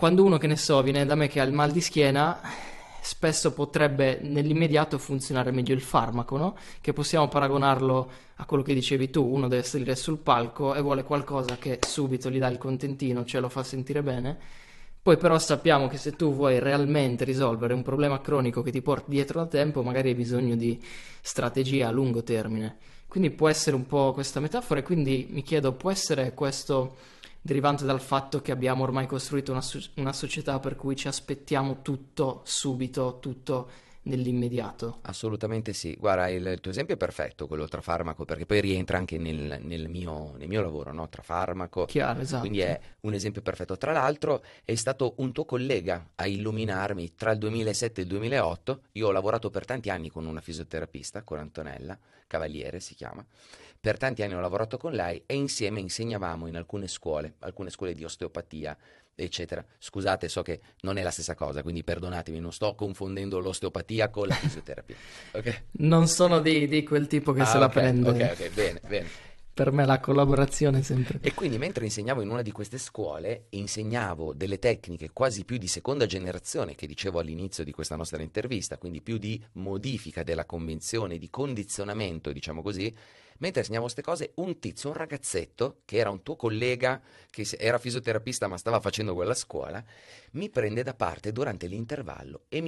quando uno, che ne so, viene da me che ha il mal di schiena, spesso potrebbe nell'immediato funzionare meglio il farmaco, no? Che possiamo paragonarlo a quello che dicevi tu: uno deve salire sul palco e vuole qualcosa che subito gli dà il contentino, cioè lo fa sentire bene. Poi però sappiamo che se tu vuoi realmente risolvere un problema cronico che ti porti dietro da tempo, magari hai bisogno di strategia a lungo termine. Quindi può essere un po' questa metafora, e quindi mi chiedo, può essere questo derivante dal fatto che abbiamo ormai costruito una società per cui ci aspettiamo tutto subito, tutto nell'immediato? Assolutamente sì. Guarda, il tuo esempio è perfetto, quello tra farmaco, perché poi rientra anche nel mio lavoro, no? Tra farmaco, Chiaro, quindi è esatto. un esempio perfetto. Tra l'altro è stato un tuo collega a illuminarmi tra il 2007 e il 2008. Io ho lavorato per tanti anni con una fisioterapista, con Antonella Cavaliere si chiama. Per tanti anni ho lavorato con lei e insieme insegnavamo in alcune scuole di osteopatia, eccetera. Scusate, so che non è la stessa cosa, quindi perdonatemi, non sto confondendo l'osteopatia con la fisioterapia. Ok? Non sono di quel tipo che se Ah, la ok, ok, prende. ok, bene, bene. Per me la collaborazione è sempre... E quindi mentre insegnavo in una di queste scuole, insegnavo delle tecniche quasi più di seconda generazione, che dicevo all'inizio di questa nostra intervista, quindi più di modifica della convenzione, di condizionamento, diciamo così. Mentre insegnavo queste cose, un tizio, un ragazzetto, che era un tuo collega, che era fisioterapista ma stava facendo quella scuola, mi prende da parte durante l'intervallo e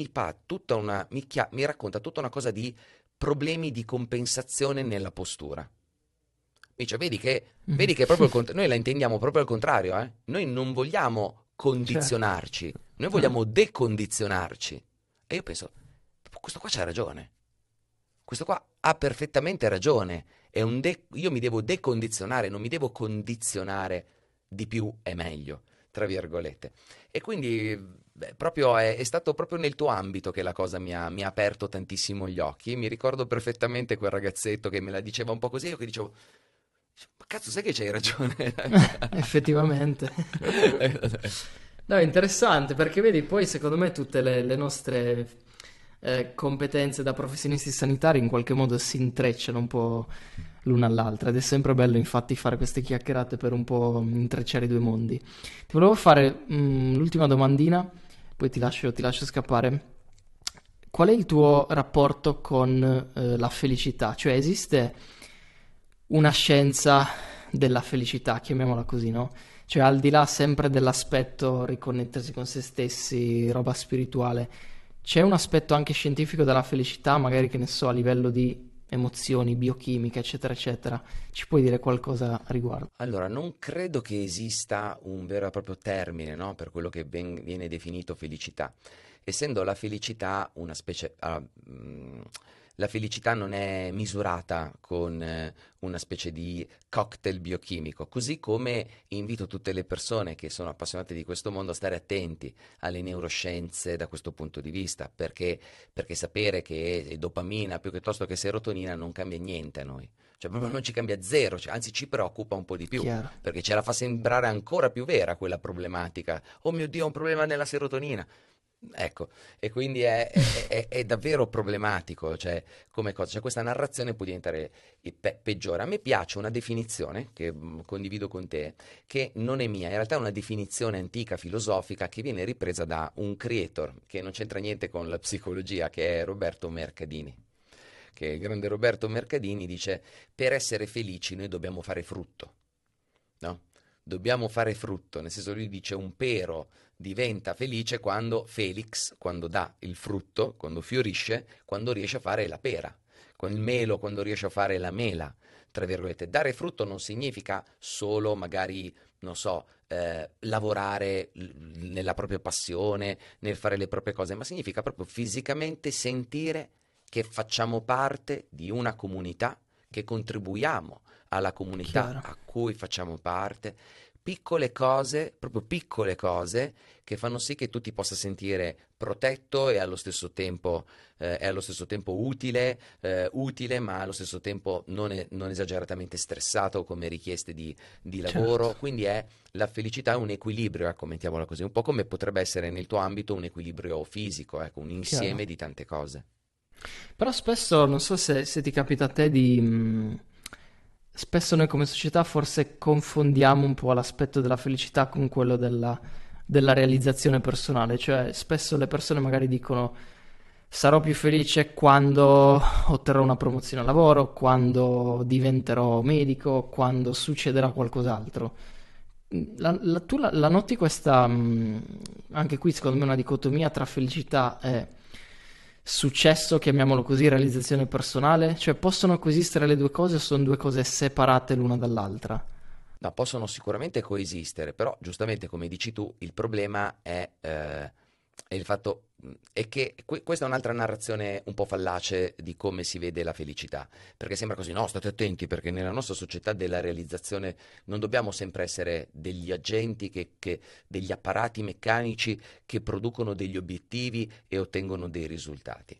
mi racconta tutta una cosa di problemi di compensazione nella postura. Mi dice, vedi che è proprio noi la intendiamo proprio al contrario, eh? Noi non vogliamo Certo. condizionarci, noi Ah, vogliamo decondizionarci. E io penso, questo qua c'ha ragione, questo qua ha perfettamente ragione, io mi devo decondizionare, non mi devo condizionare di più e meglio, tra virgolette. E quindi proprio è stato proprio nel tuo ambito che la cosa mi ha aperto tantissimo gli occhi. Mi ricordo perfettamente quel ragazzetto che me la diceva un po' così, io che dicevo, ma cazzo, sai che c'hai ragione? effettivamente. No, è interessante perché vedi, poi secondo me tutte le nostre competenze da professionisti sanitari in qualche modo si intrecciano un po' l'una all'altra, ed è sempre bello infatti fare queste chiacchierate per un po' intrecciare i due mondi. Ti volevo fare l'ultima domandina, poi ti lascio scappare. Qual è il tuo rapporto con la felicità? Cioè esiste una scienza della felicità, chiamiamola così, no? Cioè al di là sempre dell'aspetto riconnettersi con se stessi, roba spirituale, c'è un aspetto anche scientifico della felicità, magari che ne so, a livello di emozioni, biochimica, eccetera, eccetera. Ci puoi dire qualcosa a riguardo? Allora, non credo che esista un vero e proprio termine, no, per quello che viene definito felicità, essendo la felicità una specie... la felicità non è misurata con una specie di cocktail biochimico, così come invito tutte le persone che sono appassionate di questo mondo a stare attenti alle neuroscienze da questo punto di vista, perché sapere che è dopamina piuttosto che serotonina non cambia niente a noi. Cioè proprio non ci cambia zero, cioè, anzi ci preoccupa un po' di più, Chiaro. perché ce la fa sembrare ancora più vera quella problematica. Oh mio Dio, ho un problema nella serotonina. Ecco, e quindi è davvero problematico, cioè, come cosa, cioè, questa narrazione può diventare peggiore. A me piace una definizione che condivido con te, che non è mia, in realtà è una definizione antica, filosofica, che viene ripresa da un creator, che non c'entra niente con la psicologia, che è Roberto Mercadini. Che il grande Roberto Mercadini dice, per essere felici noi dobbiamo fare frutto, no? Dobbiamo fare frutto, nel senso lui dice un pero diventa felice quando Felix, quando dà il frutto, quando fiorisce, quando riesce a fare la pera, con il melo, quando riesce a fare la mela, tra virgolette. Dare frutto non significa solo magari, non so, lavorare nella propria passione, nel fare le proprie cose, ma significa proprio fisicamente sentire che facciamo parte di una comunità, che contribuiamo alla comunità Chiaro. a cui facciamo parte, piccole cose, proprio piccole cose che fanno sì che tu ti possa sentire protetto e allo stesso tempo utile, ma allo stesso tempo non esageratamente stressato come richieste di Certo. lavoro. Quindi la felicità è un equilibrio, ecco, mettiamola così, un po' come potrebbe essere nel tuo ambito un equilibrio fisico, ecco, un Chiaro. insieme di tante cose. Però spesso, non so se ti capita a te di... spesso noi come società forse confondiamo un po' l'aspetto della felicità con quello della della realizzazione personale. Cioè, spesso le persone magari dicono sarò più felice quando otterrò una promozione al lavoro, quando diventerò medico, quando succederà qualcos'altro. Tu la noti questa, anche qui secondo me una dicotomia tra felicità e successo, chiamiamolo così, realizzazione personale? Cioè possono coesistere le due cose o sono due cose separate l'una dall'altra? No, possono sicuramente coesistere, però giustamente come dici tu, il problema è il fatto è che questa è un'altra narrazione un po' fallace di come si vede la felicità, perché sembra così, no, state attenti, perché nella nostra società della realizzazione non dobbiamo sempre essere degli agenti, degli apparati meccanici che producono degli obiettivi e ottengono dei risultati.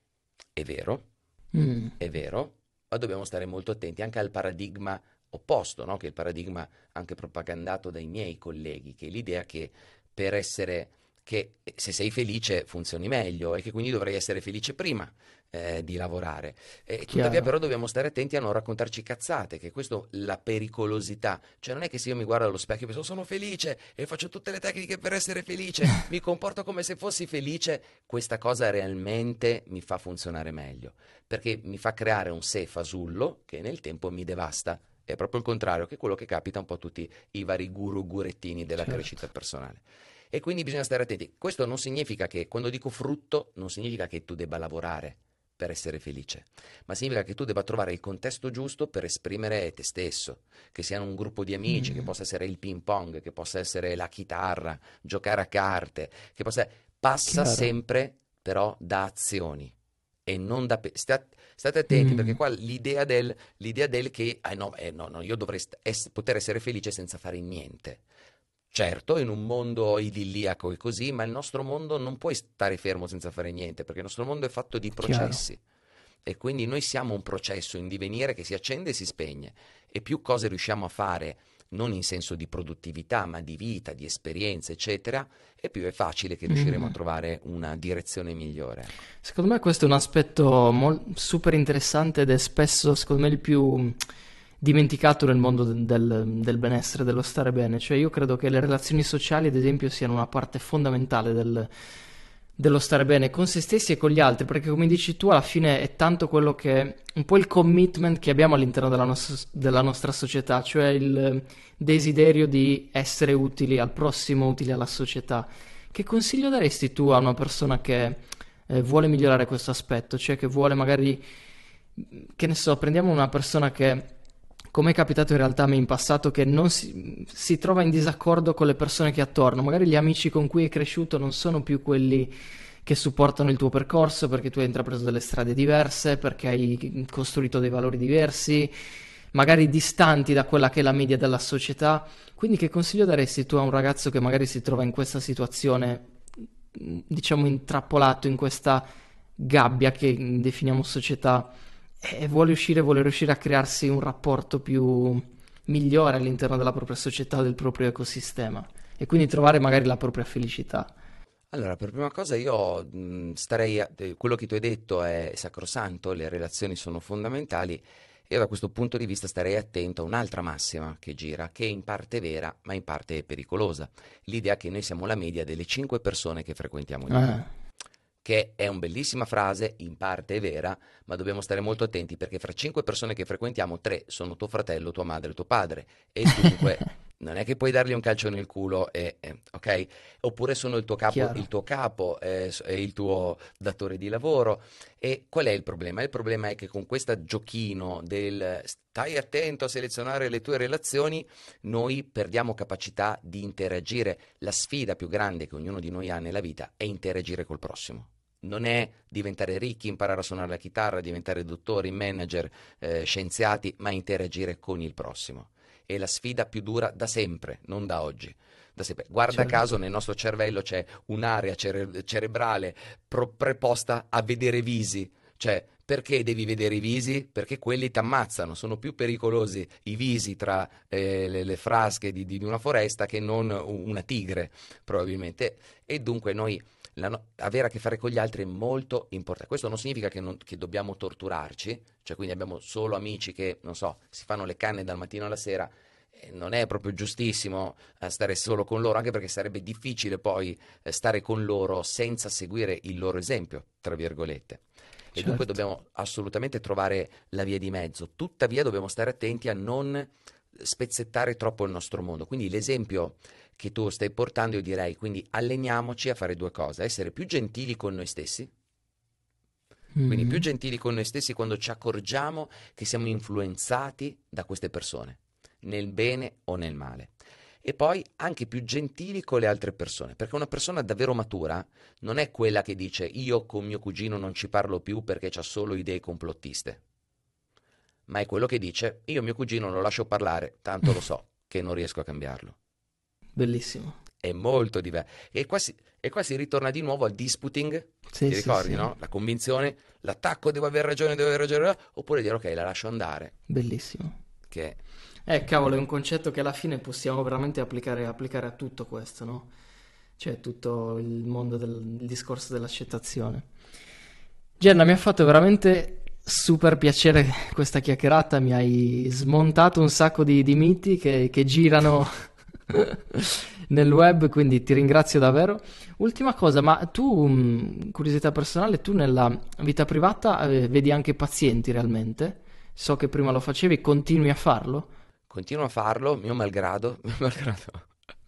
È vero, Mm, è vero, ma dobbiamo stare molto attenti anche al paradigma opposto, no? Che è il paradigma anche propagandato dai miei colleghi, che è l'idea che per essere, che se sei felice funzioni meglio e che quindi dovrei essere felice prima di lavorare. Tuttavia chiaro. però dobbiamo stare attenti a non raccontarci cazzate, che questo la pericolosità, cioè non è che se io mi guardo allo specchio e penso sono felice e faccio tutte le tecniche per essere felice, mi comporto come se fossi felice, questa cosa realmente mi fa funzionare meglio perché mi fa creare un sé fasullo che nel tempo mi devasta. È proprio il contrario, che è quello che capita un po' a tutti i vari guru gurettini della Certo. crescita personale. E quindi bisogna stare attenti. Questo non significa che, quando dico frutto, non significa che tu debba lavorare per essere felice, ma significa che tu debba trovare il contesto giusto per esprimere te stesso, che siano un gruppo di amici, che Mm, possa essere il ping pong, che possa essere la chitarra, giocare a carte, che possa... Passa chiaro. sempre però da azioni e non da... State attenti perché Mm, qua l'idea del che no, no, io dovrei poter essere felice senza fare niente. Certo, in un mondo idilliaco e così, ma il nostro mondo non puoi stare fermo senza fare niente, perché il nostro mondo è fatto di chiaro. processi e quindi noi siamo un processo in divenire che si accende e si spegne e più cose riusciamo a fare, non in senso di produttività, ma di vita, di esperienze, eccetera, e più è facile che riusciremo a Mm. trovare una direzione migliore, ecco. Secondo me questo è un aspetto super interessante ed è spesso, secondo me, il più dimenticato nel mondo del benessere, dello stare bene. Cioè io credo che le relazioni sociali, ad esempio, siano una parte fondamentale dello stare bene con se stessi e con gli altri, perché come dici tu, alla fine è tanto quello che, un po' il commitment che abbiamo all'interno della nostra società, cioè il desiderio di essere utili al prossimo, utili alla società. Che consiglio daresti tu a una persona che vuole migliorare questo aspetto, cioè che vuole magari, che ne so, prendiamo una persona che, come è capitato in realtà a me in passato, che non si trova in disaccordo con le persone che ha attorno, magari gli amici con cui è cresciuto non sono più quelli che supportano il tuo percorso perché tu hai intrapreso delle strade diverse, perché hai costruito dei valori diversi, magari distanti da quella che è la media della società. Quindi che consiglio daresti tu a un ragazzo che magari si trova in questa situazione, diciamo intrappolato in questa gabbia che definiamo società e vuole riuscire a crearsi un rapporto più migliore all'interno della propria società, del proprio ecosistema e quindi trovare magari la propria felicità. Allora, per prima cosa io starei, quello che tu hai detto è sacrosanto, le relazioni sono fondamentali. Io da questo punto di vista starei attento a un'altra massima che gira, che è in parte vera, ma in parte è pericolosa. L'idea che noi siamo la media delle 5 persone che frequentiamo di più. Eh, Che è una bellissima frase, in parte è vera, ma dobbiamo stare molto attenti perché fra 5 persone che frequentiamo, 3 sono tuo fratello, tua madre, tuo padre. E dunque non è che puoi dargli un calcio nel culo, ok? Oppure sono chiaro. il tuo capo, è il tuo datore di lavoro. E qual è il problema? Il problema è che con questo giochino del stai attento a selezionare le tue relazioni, noi perdiamo capacità di interagire. La sfida più grande che ognuno di noi ha nella vita è interagire col prossimo. Non è diventare ricchi, imparare a suonare la chitarra, diventare dottori, manager, scienziati, ma interagire con il prossimo. È la sfida più dura da sempre, non da oggi. Da sempre. Guarda Certo. caso nel nostro cervello c'è un'area cerebrale preposta a vedere visi. Cioè, perché devi vedere i visi? Perché quelli ti ammazzano, sono più pericolosi i visi tra le frasche di una foresta che non una tigre, probabilmente. E dunque noi avere a che fare con gli altri è molto importante. Questo non significa che dobbiamo torturarci, cioè quindi abbiamo solo amici che, non so, si fanno le canne dal mattino alla sera. non è proprio giustissimo stare solo con loro, anche perché sarebbe difficile poi stare con loro senza seguire il loro esempio, tra virgolette. E dunque Certo. dobbiamo assolutamente trovare la via di mezzo. Tuttavia dobbiamo stare attenti a non spezzettare troppo il nostro mondo. Quindi l'esempio che tu stai portando, io direi, quindi alleniamoci a fare due cose: essere più gentili con noi stessi, quindi più Mhm. gentili con noi stessi quando ci accorgiamo che siamo influenzati da queste persone, nel bene o nel male. E poi anche più gentili con le altre persone, perché una persona davvero matura non è quella che dice io con mio cugino non ci parlo più perché c'ha solo idee complottiste, ma è quello che dice io mio cugino lo lascio parlare, tanto lo so che non riesco a cambiarlo. Bellissimo. È molto diverso. E qua si ritorna di nuovo al disputing, Sì, ti sì, ricordi, sì. no? La convinzione, l'attacco, devo aver ragione, oppure dire ok, la lascio andare, Bellissimo. che Cavolo, è un concetto che alla fine possiamo veramente applicare a tutto questo, no? Cioè, tutto il mondo il discorso dell'accettazione. Genna, mi ha fatto veramente super piacere questa chiacchierata, mi hai smontato un sacco di miti che girano nel web, quindi ti ringrazio davvero. Ultima cosa, ma tu, curiosità personale, tu nella vita privata vedi anche pazienti realmente? So che prima lo facevi, continui a farlo? continuo a farlo, mio malgrado, mio malgrado.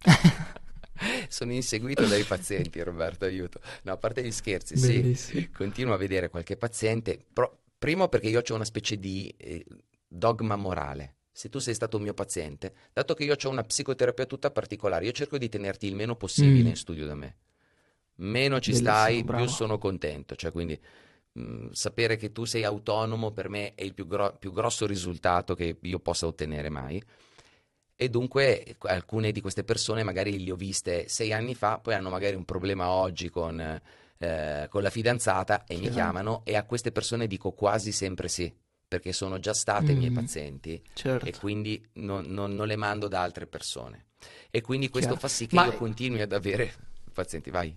Sono inseguito dai pazienti, Roberto, aiuto. No, a parte gli scherzi, sì, Bellissimo. continuo a vedere qualche paziente, primo perché io ho una specie di dogma morale. Se tu sei stato un mio paziente, dato che io ho una psicoterapia tutta particolare, io cerco di tenerti il meno possibile Mm, in studio da me. Meno ci bellissimo, stai, più bravo. sono contento. Cioè, quindi sapere che tu sei autonomo per me è il più grosso risultato che io possa ottenere mai. E dunque alcune di queste persone magari le ho viste 6 anni fa, poi hanno magari un problema oggi con la fidanzata e mi Chiaro. chiamano, e a queste persone dico quasi sempre sì, perché sono già state miei Mm, pazienti e certo, quindi non le mando da altre persone. E quindi questo chiaro. fa sì che Ma io continui ad avere pazienti. Vai.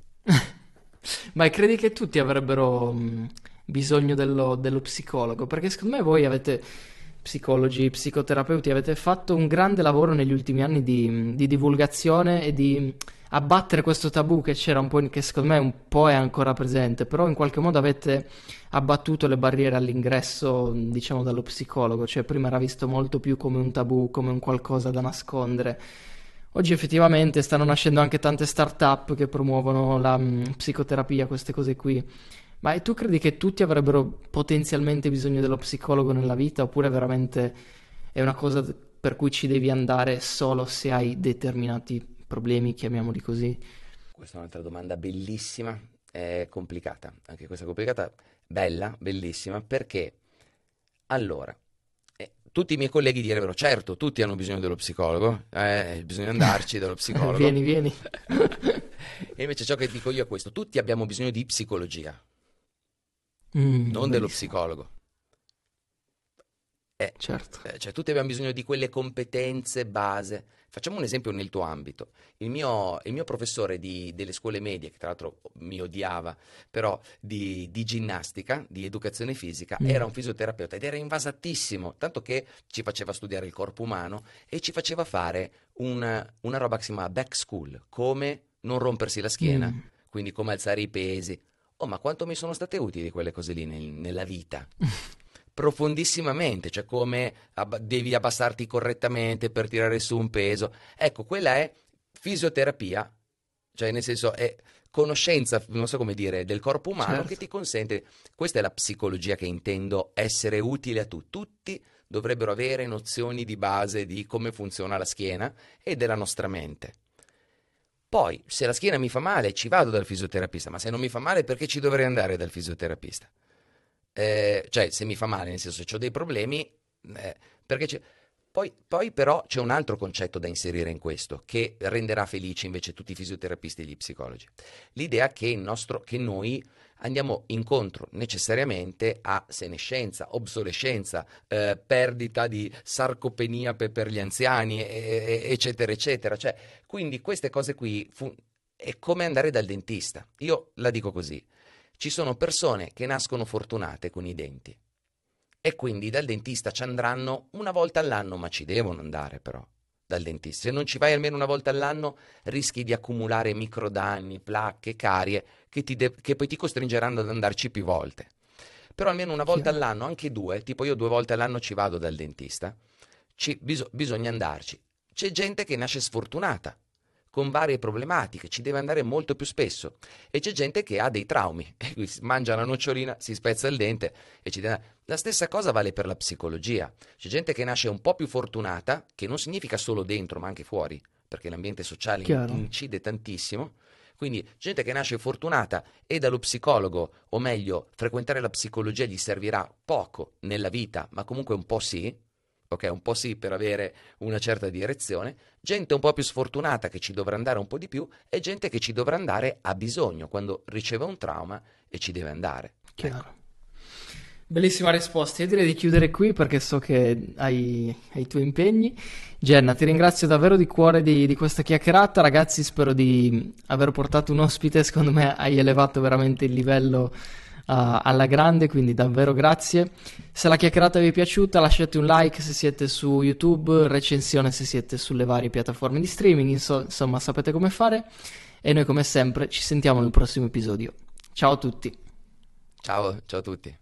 Ma credi che tutti avrebbero bisogno dello psicologo? Perché secondo me voi avete, psicologi, psicoterapeuti, avete fatto un grande lavoro negli ultimi anni di divulgazione e di abbattere questo tabù che c'era un po', che secondo me un po' è ancora presente, però in qualche modo avete abbattuto le barriere all'ingresso, diciamo, dallo psicologo, cioè prima era visto molto più come un tabù, come un qualcosa da nascondere. Oggi effettivamente stanno nascendo anche tante start-up che promuovono la psicoterapia, queste cose qui. Ma tu credi che tutti avrebbero potenzialmente bisogno dello psicologo nella vita oppure veramente è una cosa per cui ci devi andare solo se hai determinati problemi, chiamiamoli così? Questa è un'altra domanda bellissima, è complicata, anche questa complicata, bella, bellissima, perché allora, tutti i miei colleghi direbbero, certo, tutti hanno bisogno dello psicologo, bisogna andarci dallo psicologo. Vieni, vieni. E invece ciò che dico io è questo: tutti abbiamo bisogno di psicologia, non dello Bellissimo, psicologo. Eh, certo. cioè, tutti abbiamo bisogno di quelle competenze base. Facciamo un esempio nel tuo ambito. Il mio professore delle scuole medie, che tra l'altro mi odiava, però di ginnastica, di educazione fisica, era Mm, un fisioterapeuta ed era invasatissimo, tanto che ci faceva studiare il corpo umano e ci faceva fare una roba che si chiama back school, come non rompersi la schiena, mm. quindi come alzare i pesi. Oh, ma quanto mi sono state utili quelle cose lì nella vita? Profondissimamente, cioè come devi abbassarti correttamente per tirare su un peso. Ecco, quella è fisioterapia, cioè nel senso è conoscenza, non so come dire, del corpo umano che Certo. ti consente, questa è la psicologia che intendo essere utile a tutti. Tutti dovrebbero avere nozioni di base di come funziona la schiena e della nostra mente. Poi, se la schiena mi fa male, ci vado dal fisioterapista, ma se non mi fa male, perché ci dovrei andare dal fisioterapista? Cioè, se mi fa male, nel senso, se ho dei problemi, eh, perché poi però c'è un altro concetto da inserire in questo, che renderà felici invece tutti i fisioterapisti e gli psicologi. L'idea che noi andiamo incontro necessariamente a senescenza, obsolescenza, perdita di sarcopenia per gli anziani, eccetera, eccetera. Cioè, quindi queste cose qui è come andare dal dentista. Io la dico così: ci sono persone che nascono fortunate con i denti e quindi dal dentista ci andranno una volta all'anno, ma ci devono andare però. dal dentista. Se non ci vai almeno una volta all'anno rischi di accumulare microdanni, placche, carie che poi ti costringeranno ad andarci più volte. Però almeno una volta all'anno, anche 2, tipo io 2 volte all'anno ci vado dal dentista, bisogna andarci. C'è gente che nasce sfortunata, con varie problematiche, ci deve andare molto più spesso, e c'è gente che ha dei traumi, e qui mangia una nocciolina, si spezza il dente e ci deve... La stessa cosa vale per la psicologia. C'è gente che nasce un po' più fortunata, che non significa solo dentro ma anche fuori, perché l'ambiente sociale incide tantissimo. Quindi gente che nasce fortunata e dallo psicologo, o meglio, frequentare la psicologia gli servirà poco nella vita, ma comunque un po' sì, ok, un po' sì per avere una certa direzione. Gente un po' più sfortunata che ci dovrà andare un po' di più, e gente che ci dovrà andare a bisogno, quando riceve un trauma e ci deve andare. Chiaro. Ecco. Bellissima risposta. Io direi di chiudere qui perché so che hai i tuoi impegni. Jenna, ti ringrazio davvero di cuore di questa chiacchierata. Ragazzi, spero di aver portato un ospite. Secondo me hai elevato veramente il livello alla grande, quindi davvero grazie. Se la chiacchierata vi è piaciuta, lasciate un like se siete su YouTube, recensione se siete sulle varie piattaforme di streaming. Insomma, sapete come fare. E noi, come sempre, ci sentiamo nel prossimo episodio. Ciao a tutti. Ciao a tutti.